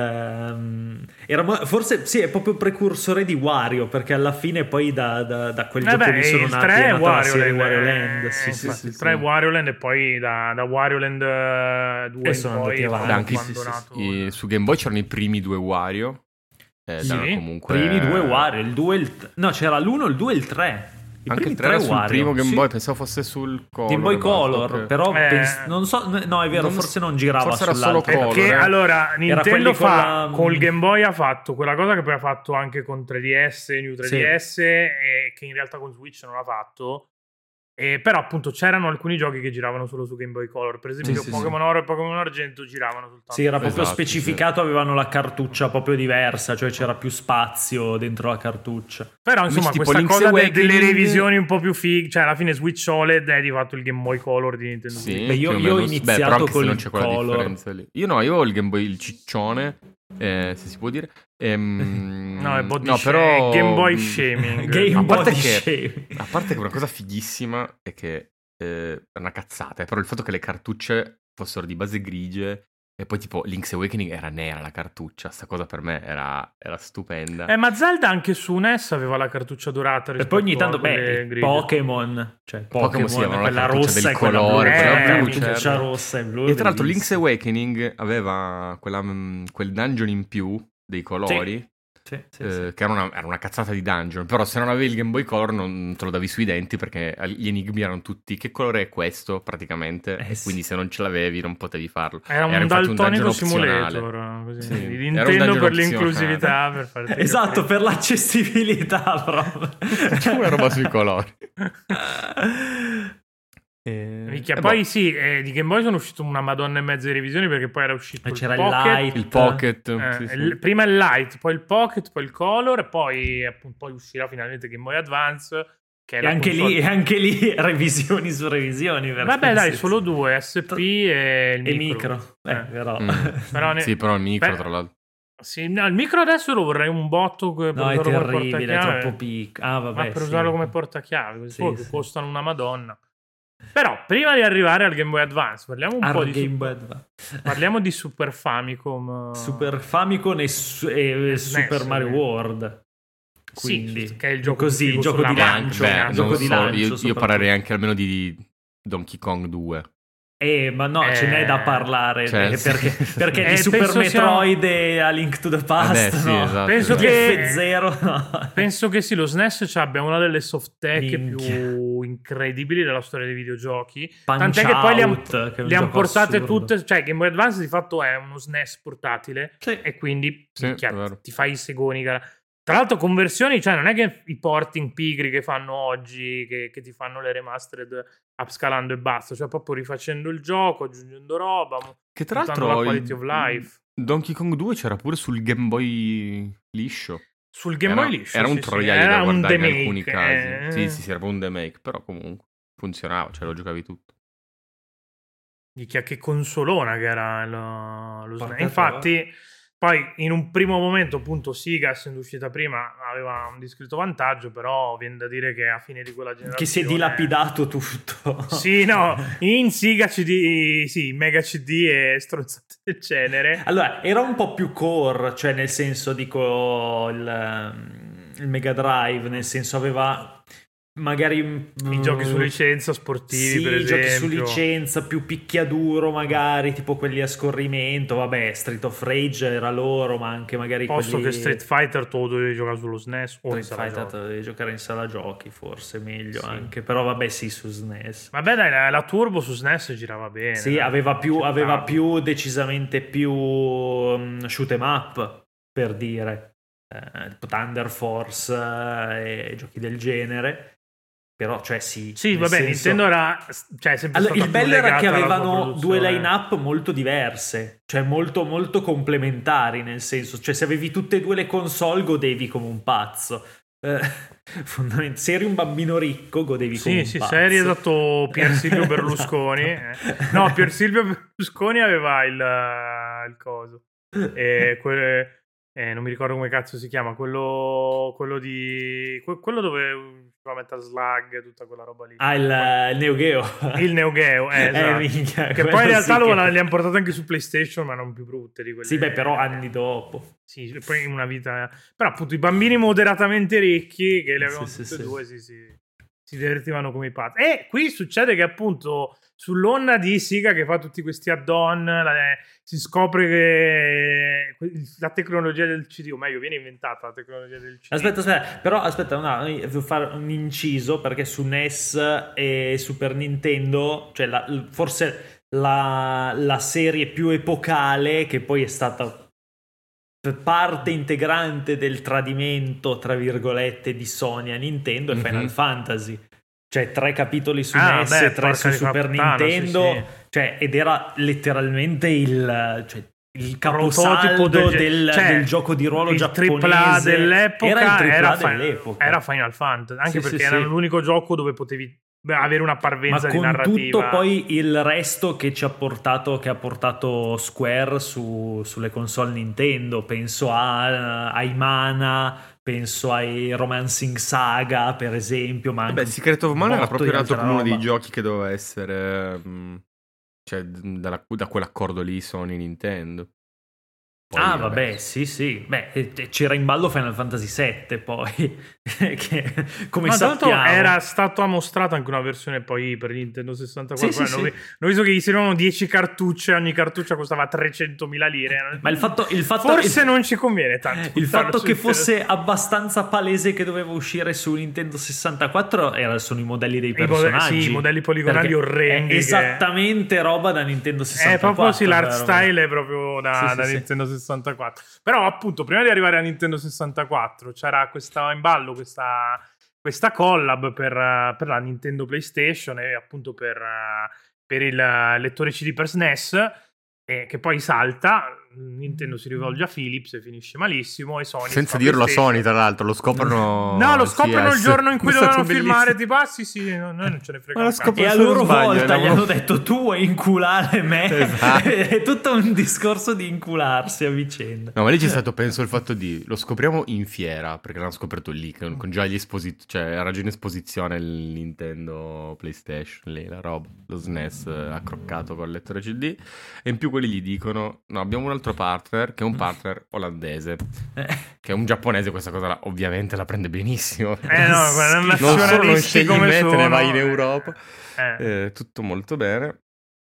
Ehm, era mo- forse sì, è proprio precursore di Wario, perché alla fine poi da, da, da quel Vabbè, gioco lì sono il nati, tre è è nata la Wario serie Land, Wario eh, Land. Sì, sì, infatti, sì, il sì. tre è Wario Land e poi da, da Wario Land eh, due E in sono poi andati avanti. Beh, hanno anche abbandonato. i- su Game Boy c'erano i primi due Wario. Eh, Sì, erano comunque... Primi due Wario, il due e il t- no, c'era l'uno, il due e il tre. I Anche primi il tre era tre sul Wario, primo Game sì. Boy, pensavo fosse sul Color. Game Boy basta, Color, ok. però Eh, pens- non so, no è vero, non- forse non girava forse era sull'altro. solo Color. Perché eh. allora Nintendo quelli con fa la- col Game Boy ha fatto quella cosa che poi ha fatto anche con tre D S, New tre D S, e che in realtà con Switch non ha fatto. E però appunto c'erano alcuni giochi che giravano solo su Game Boy Color, per esempio Sì, sì, Pokémon Oro e Pokémon Argento giravano soltanto. Sì, era proprio Esatto, specificato, avevano la cartuccia proprio diversa, cioè c'era più spazio dentro la cartuccia. Però insomma Invece, tipo questa Link's cosa de- Awakening- delle revisioni un po' più fighe, cioè alla fine Switch O L E D è di fatto il Game Boy Color di Nintendo Sì, Switch. Beh, io- più o io ho meno. Beh, iniziato però anche se col non c'è quella Color. differenza lì. Io no, io ho il Game Boy, il ciccione, eh, se si può dire. Ehm, No, è body no, sha- però Game Boy mh, shaming. Game a parte Body che Shaming. a parte che una cosa fighissima è che eh, è una cazzata, eh, però il fatto che le cartucce fossero di base grigie e poi tipo Link's Awakening era nera la cartuccia, sta cosa per me era, era stupenda. Eh, ma Zelda anche su N E S aveva la cartuccia dorata E rispetto poi ogni tanto, a quelle beh, grigie. Pokémon, cioè Pokémon Pokémon, sì, avevano la quella cartuccia rossa del e quella colore, blu, quella eh, blu, la cartuccia certo. rossa e blu. E tra l'altro Link's bellissimo. Awakening aveva quella, mh, quel dungeon in più dei colori. Sì, sì, Eh, sì. che era una, era una cazzata di dungeon, però se non avevi il Game Boy Color non te lo davi sui denti perché gli enigmi erano tutti che colore è questo praticamente, Eh, e sì. quindi se non ce l'avevi non potevi farlo. Era un infatti daltonico dungeon simulator, opzionale. così, Sì, di era un Nintendo dungeon per opzionale. l'inclusività, per farti Esatto, capire. per l'accessibilità proprio. C'è una roba sui colori. E... Minchia, e poi boh, sì, eh, di Game Boy sono uscito una madonna e mezza di revisioni perché poi era uscito E il c'era il Pocket, Light. il Pocket, eh, sì, sì. il- prima il Light, poi il Pocket, poi il Color e poi appunto poi uscirà finalmente Game Boy Advance, che è E la anche console- lì, e anche lì revisioni su revisioni. perché Vabbè dai, sì, solo sì. due, S P e il E micro. micro. Eh, Eh. però... Mm. Però ne- Sì, però il micro Beh, tra l'altro. Sì, no, il micro adesso lo vorrei un botto per No, è usarlo come terribile, è portachiave. troppo piccolo. Ah, vabbè, Ma per sì. usarlo come portachiave, questi Sì, poi che sì. costano una madonna. Però prima di arrivare al Game Boy Advance, parliamo un Al po' di Game Super, Boy Advance. parliamo di Super Famicom. Super Famicom e, su- e E S N E S, Super Mario eh. World. Sì, Quindi, che è il gioco così, più figo gioco sulla di mano. lancio. Beh, cazzo. gioco non di so, lancio. io, io soprattutto. parlerei anche almeno di Donkey Kong due. Eh, ma no, Eh, ce n'è da parlare. cioè, eh, sì. perché perché Eh, di Super penso Metroid e A Link to the Past, Vabbè, sì, no. esatto. Penso Di che- F zero, no. Penso che sì, lo S N E S abbia una delle soft tech Minchia. più incredibili della storia dei videogiochi. Punch Tant'è che poi le hanno Out, che è un le han gioco portate assurdo. tutte. Cioè, Game Boy Advance di fatto è uno S N E S portatile. Sì. E quindi Sì, minchia, è vero. ti fai i segoni. cara. Tra l'altro, conversioni, cioè, non è che i porting pigri che fanno oggi, che, che ti fanno le remastered upscalando e basta, cioè proprio rifacendo il gioco, aggiungendo roba, Che tra puntando l'altro la il- quality of life. Donkey Kong due c'era pure sul Game Boy liscio. Sul Game era, Boy liscio. Era sì, un sì, troiaio era da un guardare in demake, alcuni casi. eh. Sì, sì, sì, era proprio un demake, però comunque funzionava, cioè lo giocavi tutto. Minchia, che consolona che era lo, lo S N E S. Porca Infatti, poi in un primo momento, appunto, Sega, essendo uscita prima, aveva un discreto vantaggio, però viene da dire che a fine di quella generazione... Che si è dilapidato tutto. Sì, no, in Sega C D, sì, Mega C D e stronzate del genere. Allora, era un po' più core, cioè nel senso, dico, il, il Mega Drive, nel senso aveva magari... I giochi su licenza sportivi, sì, per i esempio. giochi su licenza, più picchiaduro magari, tipo quelli a scorrimento, vabbè, Street of Rage era loro, ma anche magari Posto quelli... che Street Fighter tu lo dovevi giocare sullo S N E S o in Street sala Fighter giochi. te lo devi giocare in sala giochi, forse meglio Sì. anche, però vabbè sì, su S N E S. Vabbè dai, la, la Turbo su S N E S girava bene. Sì, dai, aveva più, accettabile. aveva più, decisamente più um, shoot 'em up, per dire, eh, tipo Thunder Force eh, e giochi del genere, però cioè sì. Sì, nel vabbè, senso- Nintendo era cioè, è sempre Allora, stata il più bello era legata che alla sua avevano due produzione. line-up molto diverse, cioè molto, molto complementari, nel senso, cioè se avevi tutte e due le console godevi come un pazzo. Eh, fondamentalmente, se eri un bambino ricco godevi come Sì, un sì, pazzo. se eri esatto Pier Silvio Berlusconi. eh. No, Pier Silvio Berlusconi aveva il, il coso. E que- eh, non mi ricordo come cazzo si chiama, quello, quello di... que- quello dove fa Metal Slug, tutta quella roba lì. Ah, il, il Neo Geo. Il Neo Geo, eh, esatto. minchia, Che quello poi in realtà sì lo, che- li hanno portato anche su PlayStation, ma non più brutte di quelle. Sì, beh, però anni dopo. Sì, poi in una vita... Però appunto i bambini moderatamente ricchi, che le avevano Sì, sì, tutte e sì. due, si, si, si divertivano come i pazzi. E qui succede che appunto sull'onda di Sega che fa tutti questi add-on, la, si scopre che la tecnologia del C D, o meglio viene inventata la tecnologia del C D. Aspetta, aspetta, però aspetta, no, devo fare un inciso perché su N E S e Super Nintendo, cioè la, forse la, la serie più epocale che poi è stata parte integrante del tradimento, tra virgolette, di Sony a Nintendo, è mm-hmm. Final Fantasy. Cioè tre capitoli su ah, N E S e tre su Super puttana, Nintendo, sì, sì. Cioè, ed era letteralmente il, cioè, il caposaldo del, del, cioè, del gioco di ruolo il giapponese. tripla A dell'epoca era il tripla A era, dell'epoca. Era Final Fantasy, anche sì, perché sì, era sì. l'unico gioco dove potevi avere una parvenza Ma di con narrativa. tutto poi il resto che ci ha portato, che ha portato Square su, sulle console Nintendo, penso a, a Imana, penso ai Romancing Saga per esempio, ma beh, Secret of Mana era proprio nato come uno roba. dei giochi che doveva essere mh, cioè dalla, da quell'accordo lì Sony Nintendo. Poi, ah vabbè. vabbè sì sì beh c'era in ballo Final Fantasy sette poi che come ma sappiamo tanto era stata mostrata anche una versione poi per Nintendo sessantaquattro. sì, sì, noi, sì. noi visto che gli servivano dieci cartucce, ogni cartuccia costava trecentomila lire, ma il fatto, il fatto forse il, non ci conviene tanto il fatto che fosse abbastanza palese che doveva uscire su Nintendo sessantaquattro era, sono i modelli dei personaggi. I, sì, i modelli poligonali orrendi, è esattamente che... roba da Nintendo sessantaquattro, è proprio sì, l'art vero? style è proprio da, sì, da sì, Nintendo sì. sessantaquattro. Però appunto prima di arrivare a Nintendo sessantaquattro c'era questa in ballo questa, questa collab per, per la Nintendo PlayStation e appunto per, per il lettore C D per S N E S, eh, che poi salta. Nintendo si rivolge a Philips e finisce malissimo, e Sony senza dirlo a Sony, tra l'altro lo scoprono no lo scoprono C S. il giorno in cui dovevano filmare, bellissimo. tipo ah sì sì noi non ce ne frega e a loro volta gli hanno detto tu vuoi inculare me, esatto. È tutto un discorso di incularsi a vicenda. No, ma lì c'è stato penso il fatto di lo scopriamo in fiera, perché l'hanno scoperto lì con, con già gli esposizioni, cioè era già in esposizione il Nintendo PlayStation lì, la roba, lo S N E S accroccato con il lettore C D, e in più quelli gli dicono no, abbiamo un altro partner che è un partner olandese, che è un giapponese, questa cosa la, ovviamente la prende benissimo, eh no, non solo non scegli me, te ne vai in Europa, eh. Eh, tutto molto bene.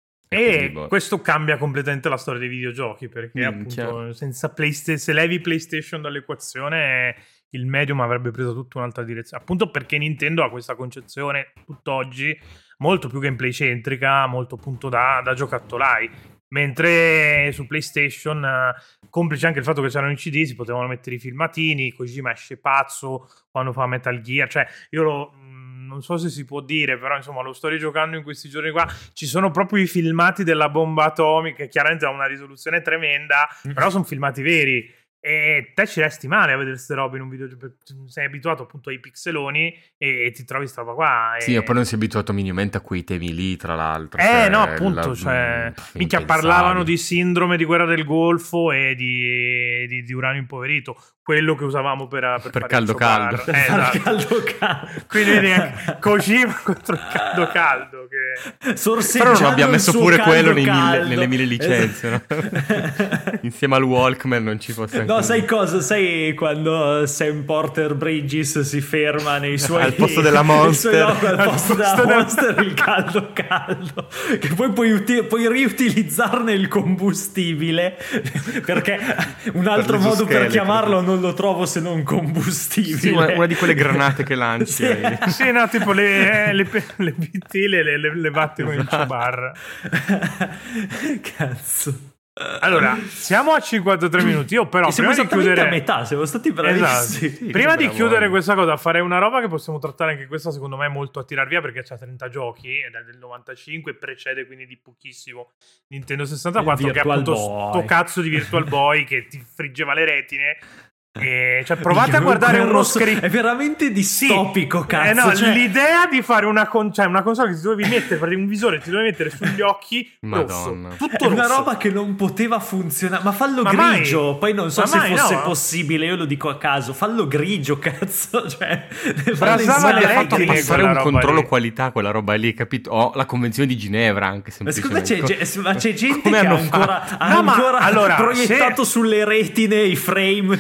E così, questo cambia completamente la storia dei videogiochi, perché mm, appunto chiaro. senza PlayStation, se levi PlayStation dall'equazione, il medium avrebbe preso tutta un'altra direzione, appunto perché Nintendo ha questa concezione tutt'oggi molto più gameplay centrica, molto appunto da, da giocattolai. Mentre su PlayStation, uh, complice anche il fatto che c'erano i C D, si potevano mettere i filmatini, Kojima esce pazzo quando fa Metal Gear, cioè io lo, mh, non so se si può dire, però insomma lo sto rigiocando in questi giorni qua, ci sono proprio i filmati della bomba atomica, che chiaramente ha una risoluzione tremenda, però sono filmati veri. E te ci resti male a vedere queste robe in un videogioco, sei abituato appunto ai pixeloni e ti trovi sta roba qua. E... Sì, e poi non si è abituato minimamente a quei temi lì, tra l'altro. Eh cioè, no, appunto, la... cioè, Pff, minchia, parlavano di sindrome di guerra del Golfo e di, di, di uranio impoverito, quello che usavamo per, per, per fare caldo caldo. Eh, esatto. caldo caldo. Quindi vedi Kojima contro il caldo caldo. Che... Però non abbiamo messo pure quello nei mille, nelle mille esatto. licenze, no? Insieme al Walkman non ci fosse anche... No, sai cosa? Sai quando Sam Porter Bridges si ferma nei suoi... al posto della Monster. Suoi, no, al posto della del... Monster il caldo caldo. Che poi puoi, uti- puoi riutilizzarne il combustibile, perché un altro per modo per chiamarlo non... non lo trovo se non combustibile. Sì, una, una di quelle granate che lanci. Sì, sì, no, tipo le, le, le B T le, le, le batti con il ciabar. Cazzo. Allora, siamo a cinquantatré minuti. Io però e siamo prima di chiudere a metà, siamo stati bravissimi. Esatto. Sì, prima di chiudere buono. questa cosa, farei una roba che possiamo trattare anche questa, secondo me, molto a tirar via, perché c'ha trenta giochi ed è del novantacinque, precede quindi di pochissimo Nintendo sessantaquattro, che è appunto Boy. sto cazzo di Virtual Boy che ti friggeva le retine. E cioè, provate a guardare uno schermo. È veramente distopico, sì. cazzo. Eh no, cioè... l'idea di fare una, con- cioè una console che ti dovevi mettere per un visore, ti dovevi mettere sugli occhi. Madonna. Rosso, tutto è una rosso. roba che non poteva funzionare. Ma fallo ma grigio. Mai. Poi non so ma se mai, fosse no. possibile. Io lo dico a caso. Fallo grigio, cazzo. Cioè, Brasava ma le ha fatto retine, passare quella un roba controllo lì. qualità quella roba lì, capito? O la convenzione di Ginevra anche Ma secondo me semplicemente. c'è, ma c'è gente Come che ha hanno ancora, ha No, ma ancora allora, proiettato se... sulle retine i frame tipo se di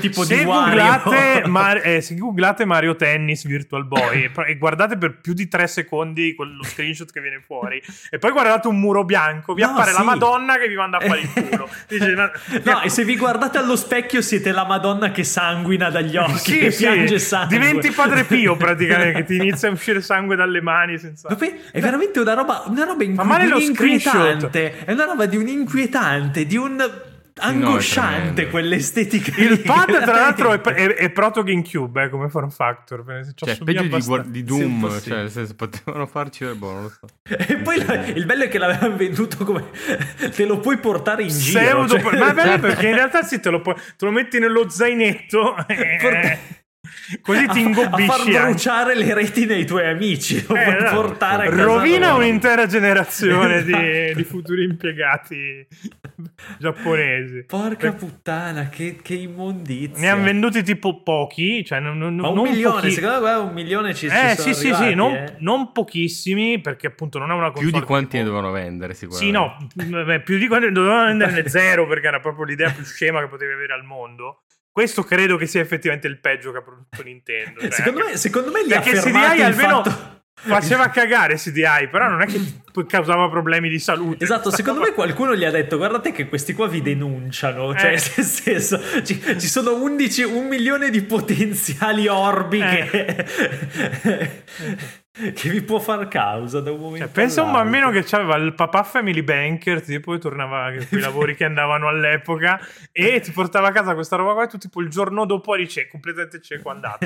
se googlate, Mar- eh, se googlate Mario Tennis Virtual Boy e, e guardate per più di tre secondi quello screenshot che viene fuori e poi guardate un muro bianco, vi no, appare sì. la Madonna che vi manda a fare il culo. Dice, no, no, e se vi guardate allo specchio siete la Madonna che sanguina dagli occhi, sì, che sì. piange sangue. Diventi Padre Pio praticamente, che ti inizia a uscire sangue dalle mani senza... È veramente una roba, una roba Ma male lo inquietante. È una roba di un inquietante, di un angosciante, no, quell'estetica. Il pad tra l'altro è, è, è proto GameCube, eh, come Form Factor, cioè peggio di, guard- di Doom, sì, cioè se potevano farci, boh, non lo so. E poi la, il bello è che l'avevano venduto come te lo puoi portare in Pseudo, giro, cioè... ma è bello perché in realtà sì, te lo, puoi, te lo metti nello zainetto e... così ti ingobbisci a far bruciare anche le reti nei tuoi amici, lo eh, puoi no, portare a casa rovina loro. Un'intera generazione di, di futuri impiegati giapponesi. Porca per... puttana, che, che immondizia. Ne hanno venduti tipo pochi, cioè non, non, ma un non milione pochi... secondo me un milione ci, eh, ci sono sì, sì, arrivati, sì, non, eh. non pochissimi, perché appunto non è una console più di quanti tipo... ne dovevano vendere sicuramente. Sì, no, beh, più di quanti ne dovevano venderne zero, perché era proprio l'idea più scema che potevi avere al mondo. Questo credo che sia effettivamente il peggio che ha prodotto Nintendo. Cioè, secondo, anche... me, secondo me gli ha perché fermato C D I il almeno fatto... faceva cagare C D I, però non è che causava problemi di salute. Esatto, secondo me qualcuno gli ha detto guardate che questi qua vi denunciano, cioè eh. nel senso ci, ci sono undici, un milione di potenziali orbi eh. che... che vi può far causa da un momento cioè, pensa a un all'altro. bambino che aveva il papà Family Banker tipo, e tornava quei lavori che andavano all'epoca e ti portava a casa questa roba qua e tu tipo il giorno dopo eri cieco, completamente cieco andato.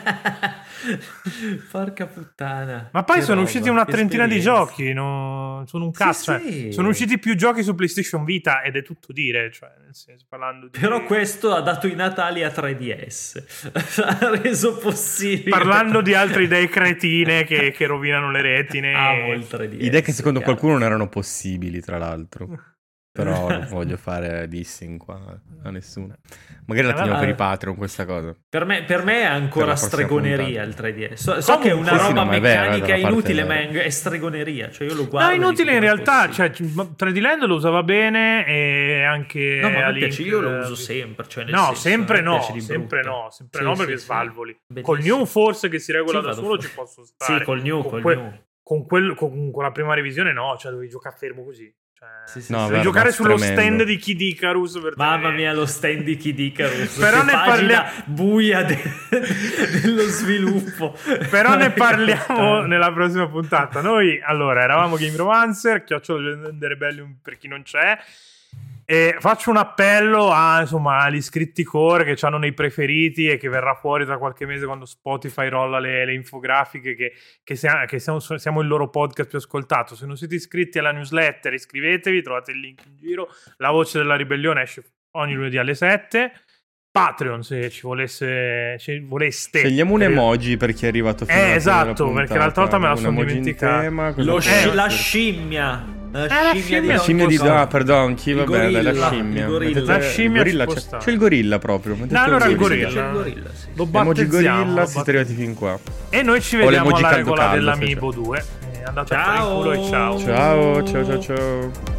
Porca puttana, ma poi che sono roba, usciti una che trentina esperienza. di giochi, no? Sono un cazzo, sì, sì. Eh. Sono usciti più giochi su PlayStation Vita ed è tutto dire, cioè nel senso, parlando di... Però questo ha dato i natali a tre D S ha reso possibile, parlando di altre idee cretine che, che rovinano le retine. Amo il tre D S, idee che secondo chiaro. qualcuno non erano possibili, tra l'altro. Però non voglio fare dissing qua a nessuno. Magari la teniamo ah, per i Patreon questa cosa. Per me, per me è ancora stregoneria il tre D S. So, so che è una sì, roba no, ma è vero, meccanica è inutile, parte... ma è stregoneria. Cioè io lo guardo. No, inutile in realtà. Possibile. Cioè, tre D Land lo usava bene e anche. No, ma a mi piace, Link, io lo uso sempre. Cioè nel no, senso, sempre no. di Sempre brutto. no, sempre sì, no sì, perché sì. svalvoli. Bellissimo. Col New forse che si regola sì, da solo fu- ci posso stare. Sì, col New, con, col que- new. con, quel, con, con la prima revisione no, cioè dovevi giocare fermo così. Cioè, Sì, sì, no, sì. devi guarda, giocare sullo tremendo. stand di Kid Icarus per Mamma tenere... mia, lo stand di Kid Icarus. Però che ne pagina parliamo buia de- dello sviluppo. Però ne parliamo nella prossima puntata. Noi allora eravamo Game Romancer, Chiocciola The Rebellion per chi non c'è, e faccio un appello a, insomma, agli iscritti core che hanno nei preferiti e che verrà fuori tra qualche mese quando Spotify rolla le, le infografiche che, che, sia, che siamo, siamo il loro podcast più ascoltato. Se non siete iscritti alla newsletter iscrivetevi, trovate il link in giro. La Voce della Ribellione esce ogni lunedì alle sette. Patreon se ci volesse ci voleste scegliamo un emoji per chi è arrivato fino eh, alla esatto, puntata. perché l'altra volta me la Un sono emoji in dimenticata. tema, cosa Lo può sci- essere? la scimmia. La Eh, la scimmia, scimmia. di La scimmia di Don ah, perdon, chi Il va bene, gorilla, la scimmia. il gorilla. Mettete- La scimmia gorilla, ci può c'è, stare. c'è il gorilla proprio. Mettete No, allora il gorilla. gorilla. C'è il gorilla, sì. Lo Emoji battezziamo, gorilla, lo si siete arrivati fin qua. E noi ci O vediamo l'emoji alla caldo regola caldo, dell'Amiibo se due. Eh, andate Ciao. a fare il culo e ciao. Ciao, ciao, ciao, ciao.